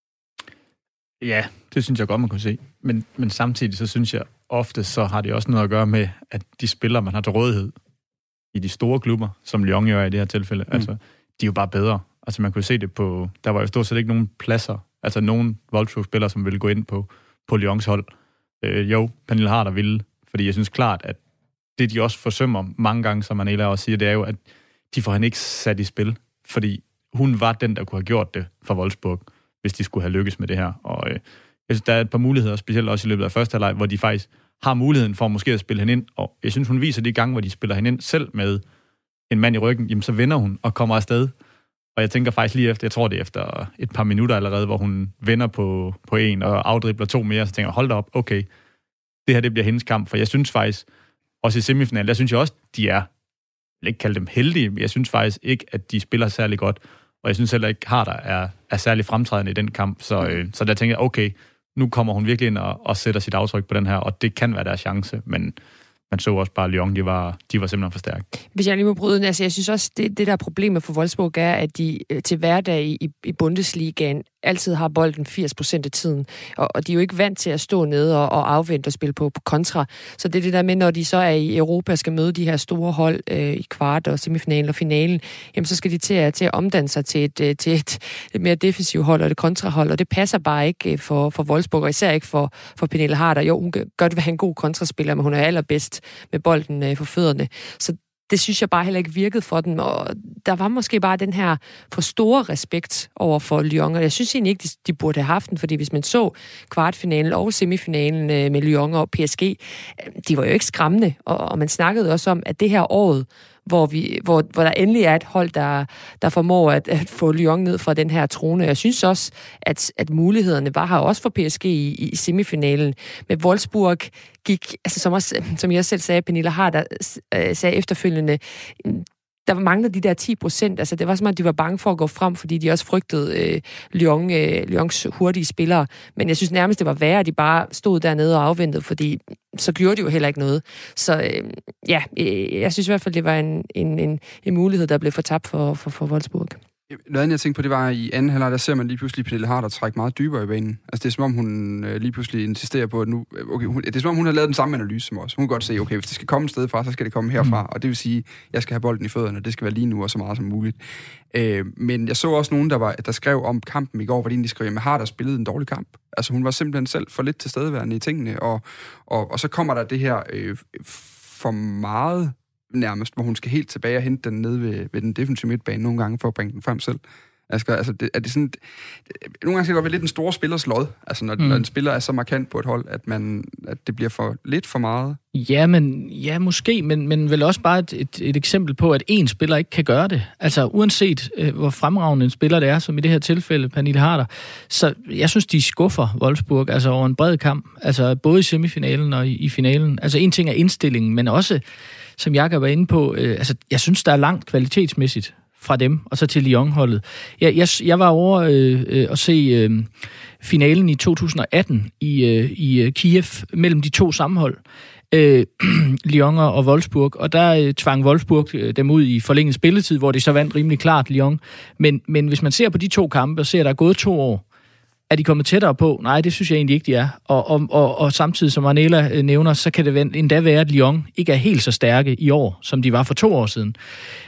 Ja, det synes jeg godt, man kunne se. Men samtidig så synes jeg ofte, så har det også noget at gøre med, at de spillere, man har til rådighed i de store klubber, som Lyon jo er i det her tilfælde, altså, de er jo bare bedre. Altså man kunne se det på, der var jo stort set ikke nogen pladser, altså nogen Wolfsburg-spillere, som ville gå ind på Lyons hold. Pernille Harder ville, fordi jeg synes klart, at det, de også forsømmer mange gange, som Manela også siger, det er jo, at de får hende ikke sat i spil, fordi hun var den, der kunne have gjort det for Wolfsburg, hvis de skulle have lykkes med det her. Og jeg synes, der er et par muligheder, specielt også i løbet af første halvleg, hvor de faktisk har muligheden for måske at spille hende ind, og jeg synes, hun viser de gange, hvor de spiller hende ind selv med en mand i ryggen, jamen så vender hun og kommer afsted. Og jeg tænker faktisk lige efter, jeg tror det er efter et par minutter allerede, hvor hun vender på en og afdribler 2 mere, så tænker jeg, hold da op, okay, det her det bliver hendes kamp, for jeg synes faktisk, også i semifinalen, der synes jeg også, de er, jeg vil ikke kalde dem heldige, men jeg synes faktisk ikke, at de spiller særlig godt, og jeg synes heller ikke, Harder er særlig fremtrædende i den kamp, så der tænker jeg, okay, nu kommer hun virkelig ind og sætter sit aftryk på den her, og det kan være deres chance, men man så også bare, Lyon, de var simpelthen for stærke. Hvis jeg lige må bryde, altså jeg synes også, det der problemet for Wolfsburg er, at de til hverdag i Bundesligaen altid har bolden 80% af tiden, og de er jo ikke vant til at stå nede og afvente og spille på kontra. Så det er det der med, når de så er i Europa og skal møde de her store hold i kvart og semifinalen og finalen, jamen så skal de til at omdanne sig til et mere defensivt hold og et kontrahold, og det passer bare ikke for Wolfsburg, og især ikke for Pernille Harder. Jo, hun kan godt være en god kontraspiller, men hun er allerbedst med bolden for fødderne. Så det synes jeg bare heller ikke virkede for dem, og der var måske bare den her for store respekt over for Lyon, og jeg synes egentlig ikke, de burde have haft den, fordi hvis man så kvartfinalen og semifinalen med Lyon og PSG, de var jo ikke skræmmende, og man snakkede også om, at det her året, hvor der endelig er et hold, der formår at få Lyon ned fra den her trone. Jeg synes også, at mulighederne var her også for PSG i semifinalen. Med Wolfsburg gik, altså som jeg selv sagde, Pernille Harder sagde efterfølgende, der manglede de der 10%. Altså, det var som at de var bange for at gå frem, fordi de også frygtede Lyons hurtige spillere. Men jeg synes nærmest, det var værre, at de bare stod dernede og afventede, fordi så gjorde de jo heller ikke noget. Så jeg synes i hvert fald, det var en mulighed, der blev fortabt for Wolfsburg. Noget andet, jeg tænkte på, det var i anden halvleg, der ser man lige pludselig Pernille Harder trække meget dybere i banen. Altså, det er som om, hun lige pludselig insisterer på, at nu... Okay, det er som om, hun har lavet den samme analyse som os. Hun kan godt se, okay, hvis det skal komme et sted fra, så skal det komme herfra. Og det vil sige, at jeg skal have bolden i fødderne, det skal være lige nu og så meget som muligt. Men jeg så også nogen, der skrev om kampen i går, hvor de egentlig skrev, at Harder spillede en dårlig kamp. Altså, hun var simpelthen selv for lidt tilstedeværende i tingene, og så kommer der det her for meget... nærmest, hvor hun skal helt tilbage og hente den nede ved den defensive midtbane nogle gange, for at bringe den frem selv. Altså, er det sådan... Nogle gange skal det godt være lidt en stor spillers lod, altså når en spiller er så markant på et hold, at det bliver for lidt for meget. Ja, måske, men vel også bare et eksempel på, at én spiller ikke kan gøre det. Altså, uanset hvor fremragende en spiller det er, som i det her tilfælde, Pernille Harder, så jeg synes, de skuffer Wolfsburg, altså over en bred kamp, altså både i semifinalen og i finalen. Altså, en ting er indstillingen, men også, som Jakob var inde på, altså, jeg synes, der er langt kvalitetsmæssigt fra dem, og så til Lyon-holdet. Jeg var over at se finalen i 2018 i Kiev mellem de to sammenhold, Lyon og Wolfsburg, og der tvang Wolfsburg dem ud i forlænget spilletid, hvor de så vandt rimelig klart Lyon. Men hvis man ser på de to kampe, og ser, at der er gået 2 år, er de kommet tættere på? Nej, det synes jeg egentlig ikke, de er. Og samtidig, som Arnela nævner, så kan det endda være, at Lyon ikke er helt så stærke i år, som de var for 2 år siden.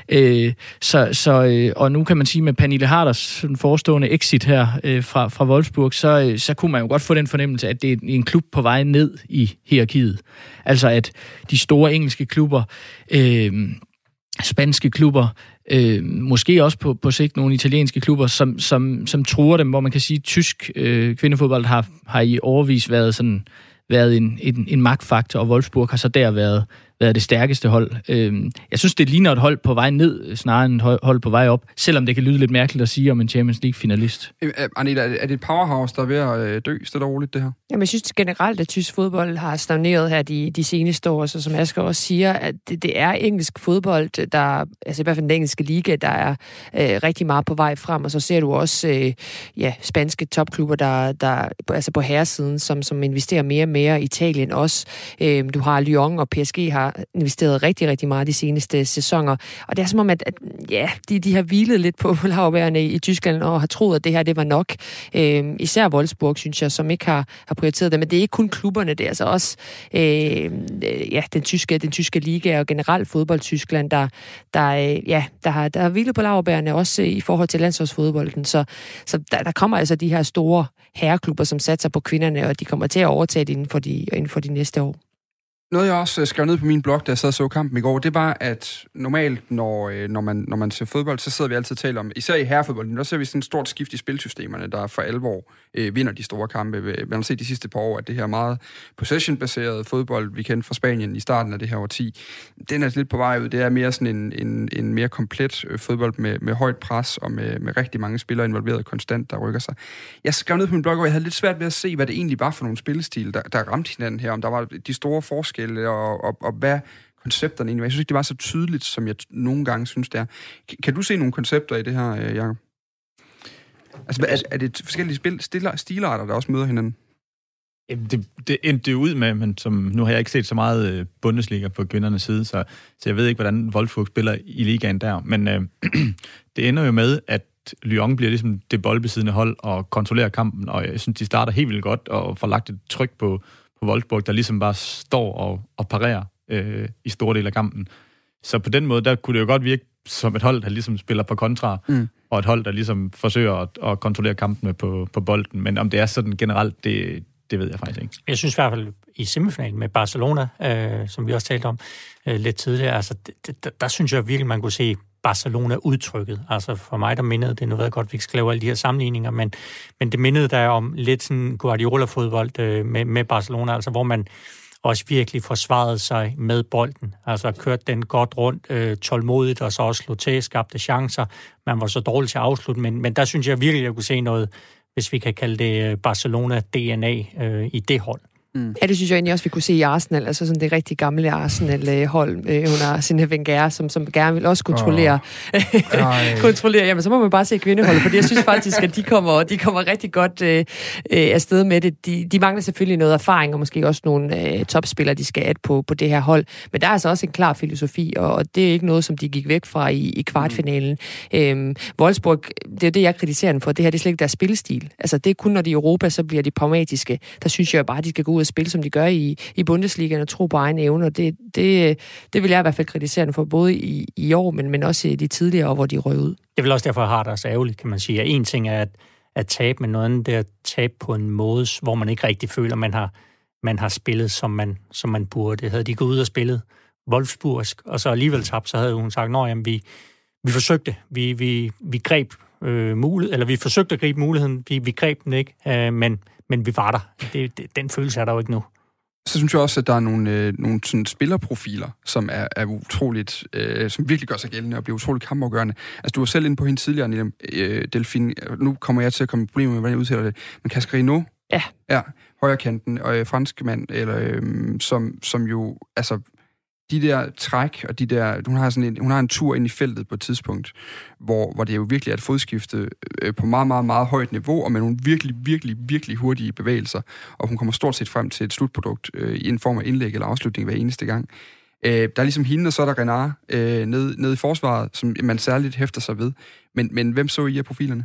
Og nu kan man sige, med Pernille Harders forestående exit her fra Wolfsburg, så kunne man jo godt få den fornemmelse, at det er en klub på vej ned i hierarkiet. Altså at de store engelske klubber, spanske klubber, måske også på sigt nogle italienske klubber, som truer dem, hvor man kan sige, at tysk kvindefodbold har i årevis været en magtfaktor, og Wolfsburg har så der været det stærkeste hold. Jeg synes, det ligner et hold på vej ned, snarere end et hold på vej op, selvom det kan lyde lidt mærkeligt at sige om en Champions League-finalist. Anita, er det et powerhouse, der er ved at dø stille og roligt, det her? Jamen, jeg synes generelt, at tysk fodbold har stagneret her de seneste år, så som Asger også siger, at det er engelsk fodbold, der, altså i hvert fald den engelske liga, der er rigtig meget på vej frem, og så ser du også spanske topklubber, der altså på herresiden, som investerer mere og mere. Italien også. Du har Lyon og PSG har investeret rigtig, rigtig meget de seneste sæsoner, og det er som om, at de har hvilet lidt på laurbærrene i Tyskland og har troet, at det her det var nok. Især Wolfsburg, synes jeg, som ikke har prioriteret det, men det er ikke kun klubberne, det er altså også den tyske liga og generelt fodbold Tyskland, der har hvilet på laurbærne også i forhold til landsholdsfodbolden. Så der kommer altså de her store herreklubber, som satser på kvinderne, og de kommer til at overtage det inden for de næste år. Noget, jeg også skrev ned på min blog, da jeg sad og så kampen i går, det var, at normalt, når man ser fodbold, så sidder vi altid og taler om, især i herrefodbolden, der ser vi sådan et stort skift i spilsystemerne, der for alvor vinder de store kampe. Man har set de sidste par år, at det her meget possession-baserede fodbold, vi kendte fra Spanien i starten af det her årti, den er lidt på vej ud. Det er mere sådan en mere komplet fodbold med højt pres og med rigtig mange spillere involveret konstant, der rykker sig. Jeg skrev ned på min blog, og jeg havde lidt svært ved at se, hvad det egentlig var for nogle spillestil, der ramte hinanden her, om der var de store forskelle, og hvad koncepterne egentlig var. Jeg synes ikke, det var så tydeligt, som jeg nogle gange synes, det er. Kan du se nogle koncepter i det her, Jacob? Altså, er det forskellige stilarter, der også møder hinanden? Det endte det ud med, men som nu har jeg ikke set så meget Bundesliga på kvindernes side, så jeg ved ikke, hvordan Wolfsburg spiller i ligaen der. Men det ender jo med, at Lyon bliver ligesom det boldbesiddende hold og kontrollerer kampen, og jeg synes, de starter helt vildt godt og får lagt et tryk på Wolfsburg, der ligesom bare står og parerer i store dele af kampen. Så på den måde, der kunne det jo godt virke som et hold, der ligesom spiller på kontra, og et hold, der ligesom forsøger at kontrollere kampene på bolden. Men om det er sådan generelt, det ved jeg faktisk ikke. Jeg synes i hvert fald i semifinalen med Barcelona, som vi også talte om lidt tidligere, altså der synes jeg virkelig, man kunne se Barcelona-udtrykket. Altså for mig, der mindede det, nu ved jeg godt, vi ikke skal lave alle de her sammenligninger, men det mindede der om lidt sådan Guardiola-fodbold med Barcelona, altså hvor man også virkelig forsvaret sig med bolden. Altså kørt den godt rundt, tålmodigt, og så også slå til, skabte chancer. Man var så dårlig til at afslutte, men der synes jeg virkelig, at jeg kunne se noget, hvis vi kan kalde det Barcelona-DNA i det hold. Ja, det synes jeg egentlig også, vi kunne se i Arsenal, altså sådan det rigtig gamle Arsenal-hold under Arsene Wenger, som gerne vil også kontrollere. Kontrollere, jamen så må man bare se kvindeholdet, fordi jeg synes faktisk, at de kommer rigtig godt afsted med det. De mangler selvfølgelig noget erfaring, og måske også nogle topspillere, de skal på det her hold. Men der er altså også en klar filosofi, og det er ikke noget, som de gik væk fra i kvartfinalen. Wolfsburg, det er det, jeg kritiserer dem for. Det her, det er slet ikke deres spillestil. Altså det er kun, når de er i Europa, så bliver de pragmatiske. Der synes jeg bare, at de skal gå ud og spille, som de gør i Bundesligaen, og tro på egen evne, og det vil jeg i hvert fald kritisere dem for, både i år, men også i de tidligere år, hvor de røg ud. Det er vel også derfor, jeg har det så ærgerligt, kan man sige. En ting er at tabe, men noget andet det er at tabe på en måde, hvor man ikke rigtig føler, man har spillet, som man burde. Havde de gået ud og spillet Wolfsburgsk, og så alligevel tabt, så havde hun sagt, jamen vi forsøgte, vi greb muligheden, eller vi forsøgte at gribe muligheden, vi greb den ikke, men vi var der. Den følelse er der jo ikke nu. Så synes jeg også, at der er nogle sådan spillerprofiler, som er utroligt, som virkelig gør sig gældende og bliver utroligt kampafgørende. Altså, du var selv inde på hende tidligere, Delphine. Nu kommer jeg til at komme i problemer med, hvordan jeg udtaler det. Men Cascarino, ja, højrekanten og franskmand, eller som jo, altså, de der træk, og de der, hun har en tur ind i feltet på et tidspunkt, hvor det jo virkelig er et fodskifte på meget, meget, meget højt niveau, og med nogle virkelig, virkelig, virkelig hurtige bevægelser, og hun kommer stort set frem til et slutprodukt i en form af indlæg eller afslutning hver eneste gang. Der er ligesom hende, og så er der Renard nede i forsvaret, som man særligt hæfter sig ved. Men hvem så I af profilerne?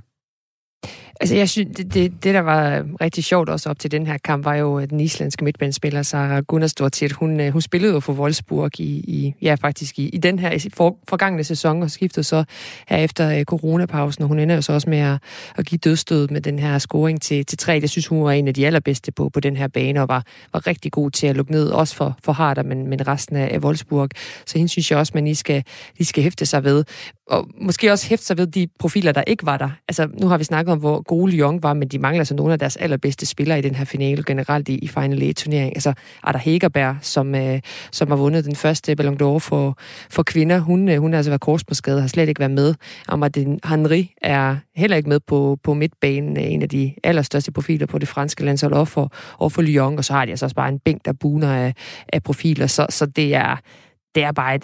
Altså, jeg synes, det, der var rigtig sjovt også op til den her kamp, var jo den islandske midtbanespiller, Sara Gunnarsdóttir. Hun spillede jo for Wolfsburg faktisk i den her forgangne sæson, og skiftede så her efter coronapausen, og hun ender jo så også med at give dødstød med den her scoring til 3. Jeg synes, hun var en af de allerbedste på den her bane, og var rigtig god til at lukke ned, også for Harder, men resten af Wolfsburg. Så hende synes jeg også, man lige skal hæfte sig ved. Og måske også hæfte sig ved de profiler, der ikke var der. Altså, nu har vi snakket om, hvor gode Lyon var, men de mangler altså nogle af deres allerbedste spillere i den her finale, generelt i Final 8-turnering. Altså, Ada Hegerberg, som har vundet den første Ballon d'Or for kvinder, hun har altså været korsbåndsskadet, har slet ikke været med. Og Martin Henry er heller ikke med på midtbanen, en af de allerstørste profiler på det franske landshold og for Lyon, og så har de altså også bare en bænk, der buner af profiler, så det er bare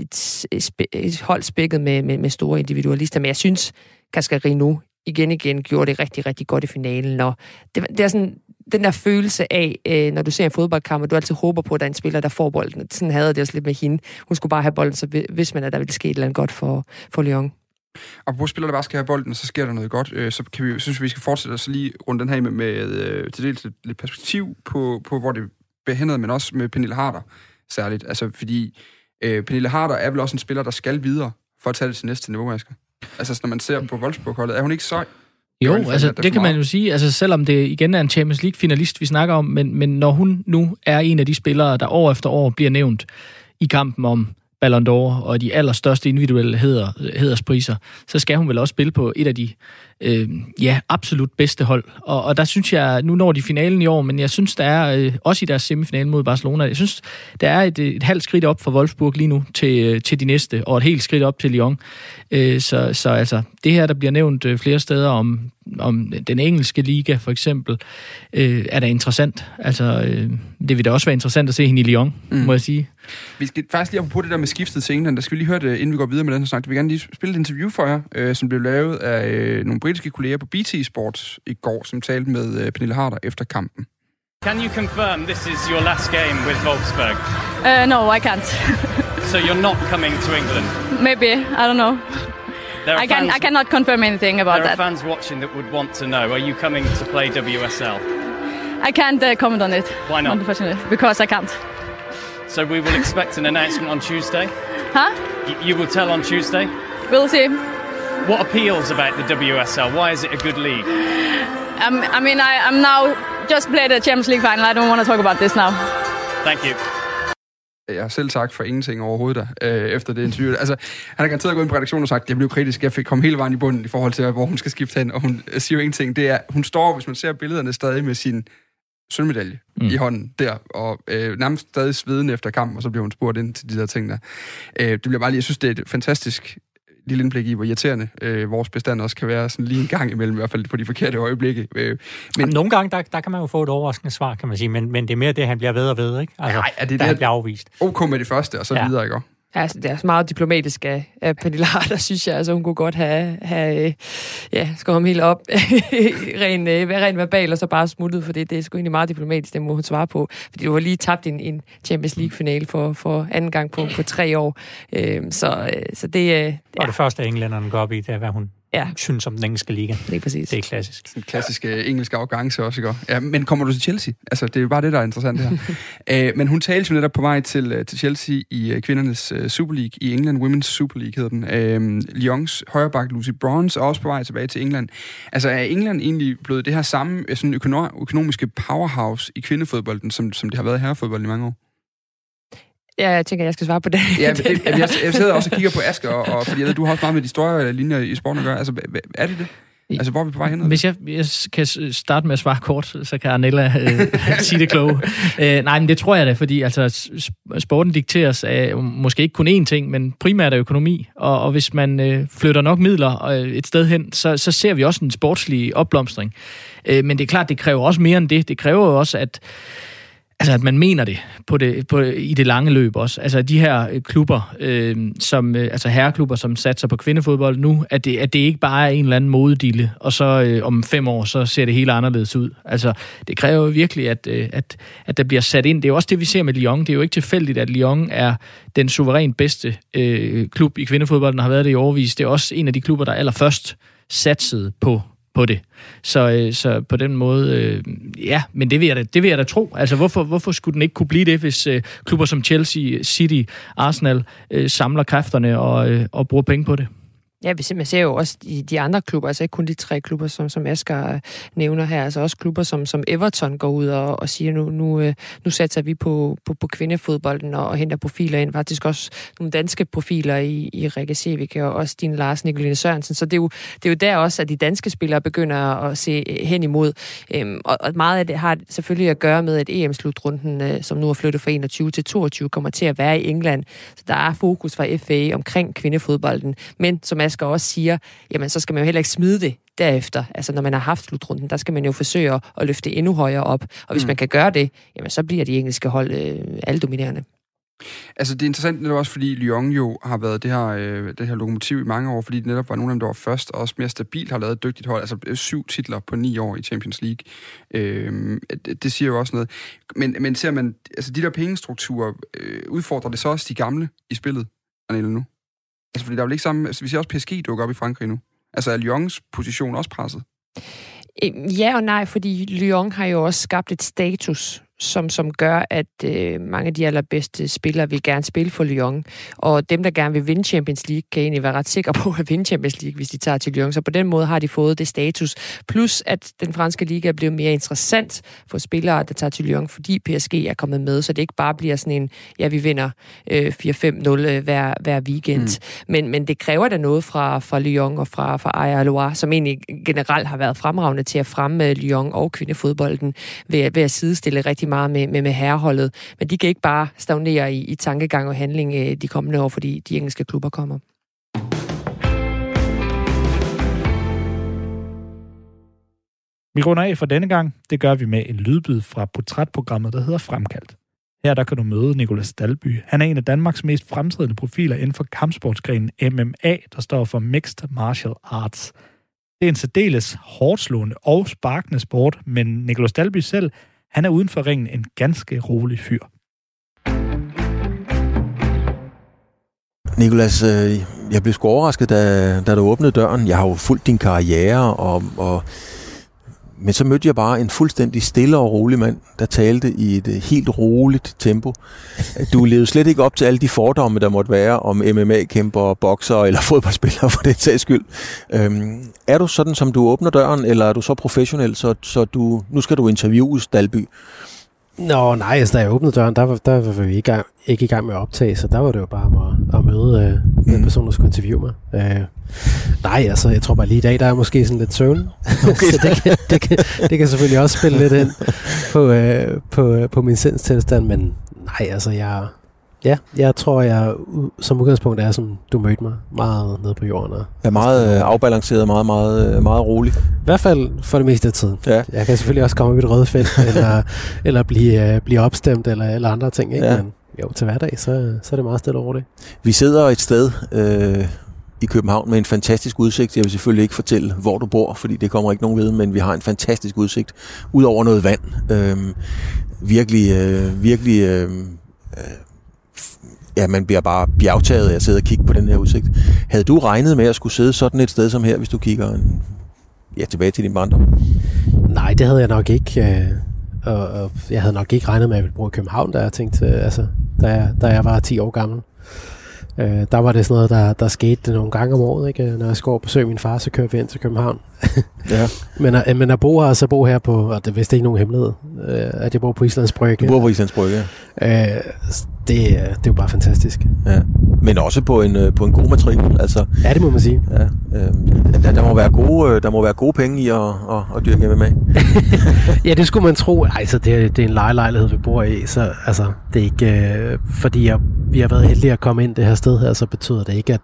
et hold spækket med store individualister, men jeg synes, Cascarino igen gjorde det rigtig, rigtig godt i finalen, og det er sådan den der følelse af, når du ser en fodboldkamp, og du altid håber på, at der er en spiller, der får bolden. Sådan havde det også lidt med hende. Hun skulle bare have bolden, så hvis man, at der ville ske et eller andet godt for Lyon. Og på spillere, der bare skal have bolden, så sker der noget godt. Så kan synes vi skal fortsætte os lige rundt den her med til dels lidt perspektiv på, hvor det behandler, men også med Pernille Harder særligt. Altså, fordi Pernille Harder er vel også en spiller, der skal videre for at tage det til næste niveau, Asger. Altså, når man ser på Wolfsburg-holdet, er hun ikke sej? Jo, altså det kan man jo sige, altså selvom det igen er en Champions League-finalist, vi snakker om, men når hun nu er en af de spillere, der år efter år bliver nævnt i kampen om Ballon d'Or og de allerstørste individuelle hæderspriser, så skal hun vel også spille på et af de absolut bedste hold. Og der synes jeg, nu når de finalen i år, men jeg synes, der er også i deres semifinale mod Barcelona, jeg synes, der er et halvt skridt op for Wolfsburg lige nu til de næste, og et helt skridt op til Lyon. Så altså, det her, der bliver nævnt flere steder om den engelske liga, for eksempel, er da interessant. Altså, det vil da også være interessant at se hende i Lyon, må jeg sige. Vi skal faktisk lige på det der med skiftet til England. Der skal vi lige høre det, inden vi går videre med den her snak. Vi vil gerne lige spille et interview for jer, som blev lavet af nogle britiske kolleger på BT Sports i går, som talte med Pernille Harder efter kampen. Can you confirm this is your last game with Wolfsburg? No, I can't. So you're not coming to England? Maybe, I don't know. I cannot confirm anything about that. There are fans watching that would want to know, are you coming to play WSL? I can't comment on it. Why not? Unfortunately, because I can't. So we will expect an announcement on Tuesday? Huh? You will tell on Tuesday? We'll see. What appeals about the WSL? Why is it a good league? I'm now just played a Champions League final. I don't want to talk about this now. Thank you. Jeg har selv sagt for ingenting overhovedet efter det interview. Altså, han har garanteret gået ind på redaktionen og sagt, at jeg blev kritisk, jeg fik komme hele vejen i bunden i forhold til, hvor hun skal skifte hen, og hun siger jo ingenting. Det er, hun står, hvis man ser billederne, stadig med sin sølvmedalje i hånden der, og nærmest stadig svedende efter kampen, og så bliver hun spurgt ind til de der ting der. Det bliver bare lige, jeg synes, det er et fantastisk lille indblik i, hvor irriterende vores bestand også kan være sådan lige en gang imellem, i hvert fald på de forkerte øjeblikke. Men nogle gange, der kan man jo få et overraskende svar, kan man sige, men det er mere det, han bliver ved og ved, ikke? Altså, det han bliver afvist. OK med det første, og så videre, ikke? Altså, det er meget diplomatisk af Pernille Harder, synes jeg. Altså, hun kunne godt have skal komme helt op, ren verbal, og så bare smuttet, for det er sgu egentlig meget diplomatisk, det må hun svare på. Fordi du har lige tabt en Champions League-finale for anden gang på 3 år. Så det... Og det første, englænderne går op i, det er, hvad hun synes om den engelske liga. Det er præcis. Det er klassisk. En klassisk engelsk arrogance også, ikke? Ja, men kommer du til Chelsea? Altså, det er jo bare det, der er interessant her. Men hun talte jo netop på vej til Chelsea i kvindernes Super League, i England, Women's Super League hedder den. Lyons højreback Lucy Bronze er også på vej tilbage til England. Altså, er England egentlig blevet det her samme sådan økonomiske powerhouse i kvindefodbolden, som det har været i herrefodbolden i mange år? Ja, jeg tænker, jeg skal svare på det. Ja, jeg sidder også og kigger på Asger, og fordi jeg ved, du har også meget med de store linjer i sporten at gøre. Altså, er det det? Altså, hvor er vi på vej hen? Hvis jeg kan starte med at svare kort, så kan Arnella sige det kloge. Nej, men det tror jeg da, fordi altså, sporten dikteres af måske ikke kun én ting, men primært af økonomi. Og hvis man flytter nok midler et sted hen, så ser vi også en sportslig opblomstring. Men det er klart, det kræver også mere end det. Det kræver jo også, at man mener det i det lange løb også. Altså de her klubber, herreklubber, som satser på kvindefodbold nu, at det ikke bare er en eller anden modedille, og så om 5 år, så ser det helt anderledes ud. Altså, det kræver jo virkelig, at der bliver sat ind. Det er jo også det, vi ser med Lyon. Det er jo ikke tilfældigt, at Lyon er den suverænt bedste klub i kvindefodbolden, og har været det i årevis. Det er også en af de klubber, der allerførst satsede på det. Så på den måde, men det vil jeg da tro. Altså, hvorfor skulle den ikke kunne blive det, hvis klubber som Chelsea, City, Arsenal samler kræfterne og bruger penge på det? Ja, man ser jo også i de andre klubber, altså ikke kun de 3 klubber, som Asger nævner her, altså også klubber som Everton går ud og siger, nu satser vi på kvindefodbolden og henter profiler ind, faktisk også nogle danske profiler i Rikke Sevik og også Stine Larsen, Nicoline Sørensen, så det er jo der også, at de danske spillere begynder at se hen imod, og meget af det har selvfølgelig at gøre med, at EM-slutrunden, som nu er flyttet fra 21 til 22, kommer til at være i England, så der er fokus fra FA omkring kvindefodbolden, men som Asger også siger, jamen så skal man jo heller ikke smide det derefter. Altså når man har haft slutrunden, der skal man jo forsøge at løfte endnu højere op. Og hvis man kan gøre det, jamen så bliver de engelske hold aldominerende. Altså det er interessant netop også, fordi Lyon jo har været det her lokomotiv i mange år, fordi det netop var nogle af dem, der var først, og også mere stabilt har lavet et dygtigt hold. Altså 7 titler på 9 år i Champions League. Det siger jo også noget. Men ser man, altså de der pengestrukturer, udfordrer det så også de gamle i spillet, Arnella, nu? Altså, fordi der er jo ikke samme... Altså, vi ser også PSG dukke op i Frankrig nu. Altså, er Lyons position også presset? Ja og nej, fordi Lyon har jo også skabt et status, som gør, at mange af de allerbedste spillere vil gerne spille for Lyon. Og dem, der gerne vil vinde Champions League, kan egentlig være ret sikre på at vinde Champions League, hvis de tager til Lyon. Så på den måde har de fået det status. Plus, at den franske liga er blevet mere interessant for spillere, der tager til Lyon, fordi PSG er kommet med, så det ikke bare bliver sådan en, vi vinder 4-5-0 hver weekend. Men det kræver da noget fra Lyon og fra Aya Loire, som egentlig generelt har været fremragende til at fremme Lyon og kvindefodbolden ved at sidestille rigtig meget med herreholdet. Men de kan ikke bare stagnere i tankegang og handling de kommende år, fordi de engelske klubber kommer. Vi runder af for denne gang. Det gør vi med en lydbid fra portrætprogrammet, der hedder Fremkaldt. Her der kan du møde Nicolas Dalby. Han er en af Danmarks mest fremtrædende profiler inden for kampsportsgrenen MMA, der står for Mixed Martial Arts. Det er en særdeles hårdslående og sparkende sport, men Nicolas Dalby selv, han er uden for ringen en ganske rolig fyr. Nicolas, jeg blev sgu overrasket, da du åbnede døren. Jeg har jo fulgt din karriere, men så mødte jeg bare en fuldstændig stille og rolig mand, der talte i et helt roligt tempo. Du levede slet ikke op til alle de fordomme, der måtte være om MMA-kæmper, bokser eller fodboldspillere for det sags skyld. Er du sådan, som du åbner døren, eller er du så professionel, så nu skal du interviews, Dalby? Nej, altså da jeg åbnede døren, der var vi ikke i gang med at optage, så der var det jo bare at den person, der skulle interviewe mig. Nej, altså, jeg tror bare lige i dag, der er måske sådan lidt søvn. Okay. Så det kan selvfølgelig også spille lidt ind på min sindstilstand, men nej, altså, jeg tror, jeg som udgangspunkt er, som du mødte mig, meget nede på jorden. Er meget afbalanceret, meget, meget, meget rolig. I hvert fald for det meste af tiden. Ja. Jeg kan selvfølgelig også komme op i et røde felt, eller blive opstemt, eller andre ting, ikke? Ja. Men jo, til hverdag, så er det meget stille og roligt. Vi sidder et sted i København med en fantastisk udsigt. Jeg vil selvfølgelig ikke fortælle, hvor du bor, fordi det kommer ikke nogen ved, men vi har en fantastisk udsigt ud over noget vand. Virkelig... Ja, man bliver bare bjergtaget af at sidde og kigge på den her udsigt. Havde du regnet med at skulle sidde sådan et sted som her, hvis du kigger tilbage til din barndom? Nej, det havde jeg nok ikke. Og jeg havde nok ikke regnet med, at jeg ville bruge København, da jeg tænkte, da jeg var 10 år gammel. Der var det sådan noget, der skete nogle gange om året, ikke? Når jeg skulle over besøge min far, så kørte vi ind til København. Ja. men at bo her, så bo her på, og det er vist ikke nogen hemmelighed, at jeg bor på Islands Brygge. Du bor på Islands Brygge, ja. Det er jo bare fantastisk. Ja. Men også på en god matrikel, altså. Ja, det må man sige. Ja. Der må være gode penge i at dyrke MMA. Ja, det skulle man tro. Altså, det er en lejelejlighed, vi bor i, så altså, det er ikke, fordi vi har været heldige at komme ind det her sted her, så betyder det ikke,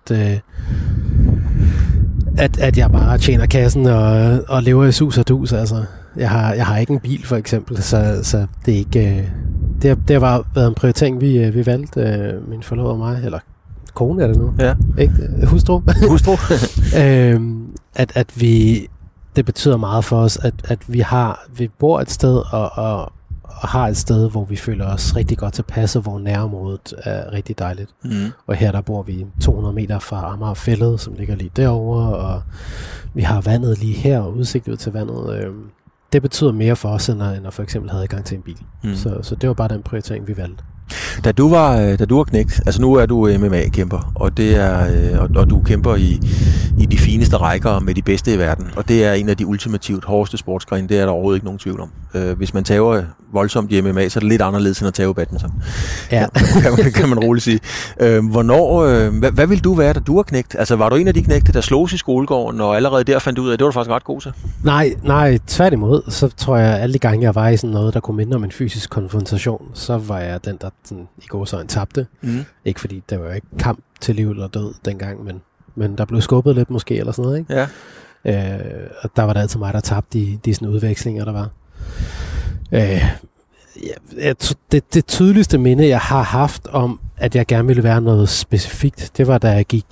at jeg bare tjener kassen og lever i sus og dus. Altså, jeg har ikke en bil, for eksempel, så det er ikke... Det har bare været en prioritering, vi valgte, min forlovede og mig, eller kone er det nu. Ja. Ikke? Hustru. Hustru. at det betyder meget for os, at vi bor et sted og har et sted, hvor vi føler os rigtig godt tilpasset, hvor nærområdet er rigtig dejligt. Mm. Og her der bor vi 200 meter fra Amagerfællet, som ligger lige derovre, og vi har vandet lige her, og udsigt ud til vandet. Det betyder mere for os, end at for eksempel have adgang til en bil. Mm. Så det var bare den prioritering, vi valgte. Da du var knægt, altså nu er du MMA-kæmper, og det er og du kæmper i de fineste rækker med de bedste i verden, og det er en af de ultimativt hårdeste sportsgrene, det er der overhovedet ikke nogen tvivl om. Hvis man tager voldsomt i MMA, så er det lidt anderledes end at tage badminton. Ja. kan man roligt sige. Hvad ville du være, da du var knægt? Altså var du en af de knægte, der slogs i skolegården, og allerede der fandt ud af, at det var du faktisk ret god til? Nej, tværtimod, så tror jeg, alle de gange jeg var i sådan noget, der kunne minde om en fysisk konfrontation, så var jeg den, der sådan, i går så en tabte. Mm. Ikke fordi der var ikke kamp til liv eller død dengang, men der blev skubbet lidt måske, eller sådan noget, ikke? Ja. Og der var det altid mig, der tabte de sådan udvekslinger, der var. Det tydeligste minde, jeg har haft om, at jeg gerne ville være noget specifikt, det var, da jeg gik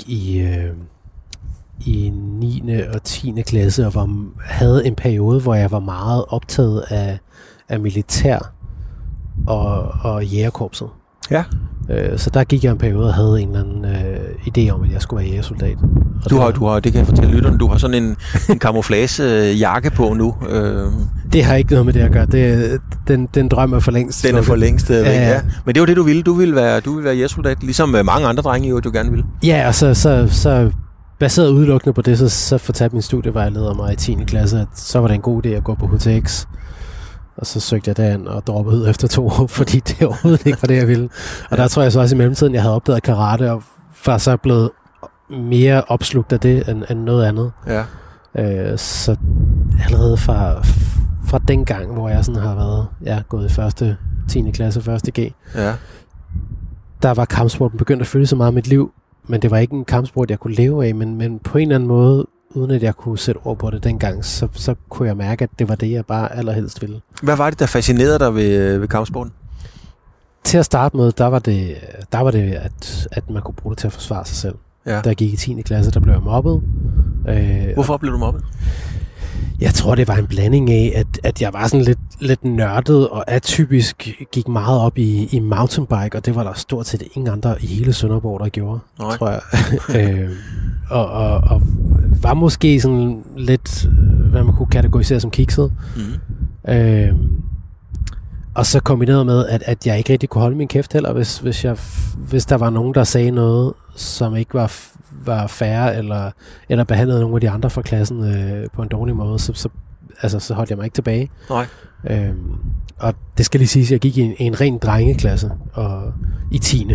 i 9. og 10. klasse, og havde en periode, hvor jeg var meget optaget af militær og jægerkorpset. Ja. Så der gik jeg en periode og havde en eller anden idé om, at jeg skulle være jægersoldat. Du har, det kan jeg fortælle lytterne, du har sådan en camouflage-jakke på nu. Det har ikke noget med det at gøre. Den drøm er for længst. Den er for længst væk, ja. Men det var det, du ville. Du ville være jægersoldat, ligesom mange andre drenge jo, du gerne ville. Ja, og så baseret udelukkende på det, så fortalte min studievejleder mig i 10. klasse, at så var det en god idé at gå på HTX. Og så søgte jeg derind og droppede ud efter 2 år, fordi det overhovedet ikke var det, jeg ville. Og der tror jeg så også i mellemtiden, jeg havde opdaget karate, og var så blevet mere opslugt af det end noget andet. Ja. Så allerede fra den gang, hvor jeg sådan har været gået i 10. klasse, 1. G, der var kampsporten begyndt at fylde så meget af mit liv, men det var ikke en kampsport, jeg kunne leve af, men på en eller anden måde, uden at jeg kunne sætte ord på det dengang, så kunne jeg mærke, at det var det, jeg bare allerhelst ville. Hvad var det, der fascinerede dig ved kampsporten? Til at starte med, der var det at man kunne bruge det til at forsvare sig selv. Ja. Da jeg gik i 10. klasse, der blev jeg mobbet. Hvorfor blev du mobbet? Jeg tror, det var en blanding af, at jeg var sådan lidt nørdet og atypisk gik meget op i mountainbike, og det var der stort set ingen andre i hele Sønderborg, der gjorde, tror jeg. Og var måske sådan lidt, hvad man kunne kategorisere som kikset. Mm. Og så kombineret med, at jeg ikke rigtig kunne holde min kæft heller, hvis der var nogen, der sagde noget, som ikke var fair, eller behandlede nogle af de andre fra klassen på en dårlig måde, så holdt jeg mig ikke tilbage. Nej. Og det skal lige siges, at jeg gik i en ren drengeklasse og i 10.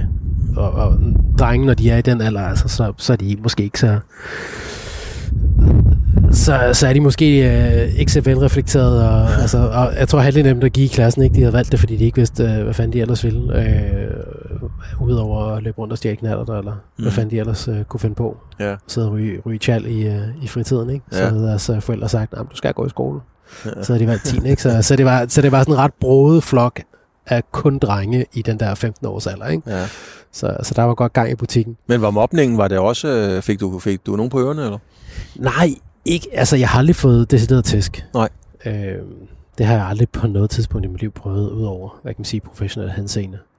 og drenge, når de er i den alder, altså, så er de måske ikke så er de måske ikke så velreflekteret, og jeg tror halvdelen af dem, der gik i klassen, ikke, de havde valgt det, fordi de ikke vidste, hvad fanden de ellers ville, udover at løbe rundt og stjæle knaller, eller hvad fanden de ellers kunne finde på. Ja. Sidde og ryge tjal i fritiden, ikke? Så havde deres forældre sagt, du skal gå i skole. Så havde de valgt 10, ikke? Så det var sådan en ret broget flok af kun drenge i den der 15 års alder, ikke? Ja. Så der var godt gang i butikken. Men var mobningen, var det også, fik du nogen på ørerne, eller? Nej, ikke. Altså, jeg har aldrig fået decideret tæsk. Nej. Det har jeg aldrig på noget tidspunkt i mit liv prøvet, udover, hvad kan man sige, professionelle henseende.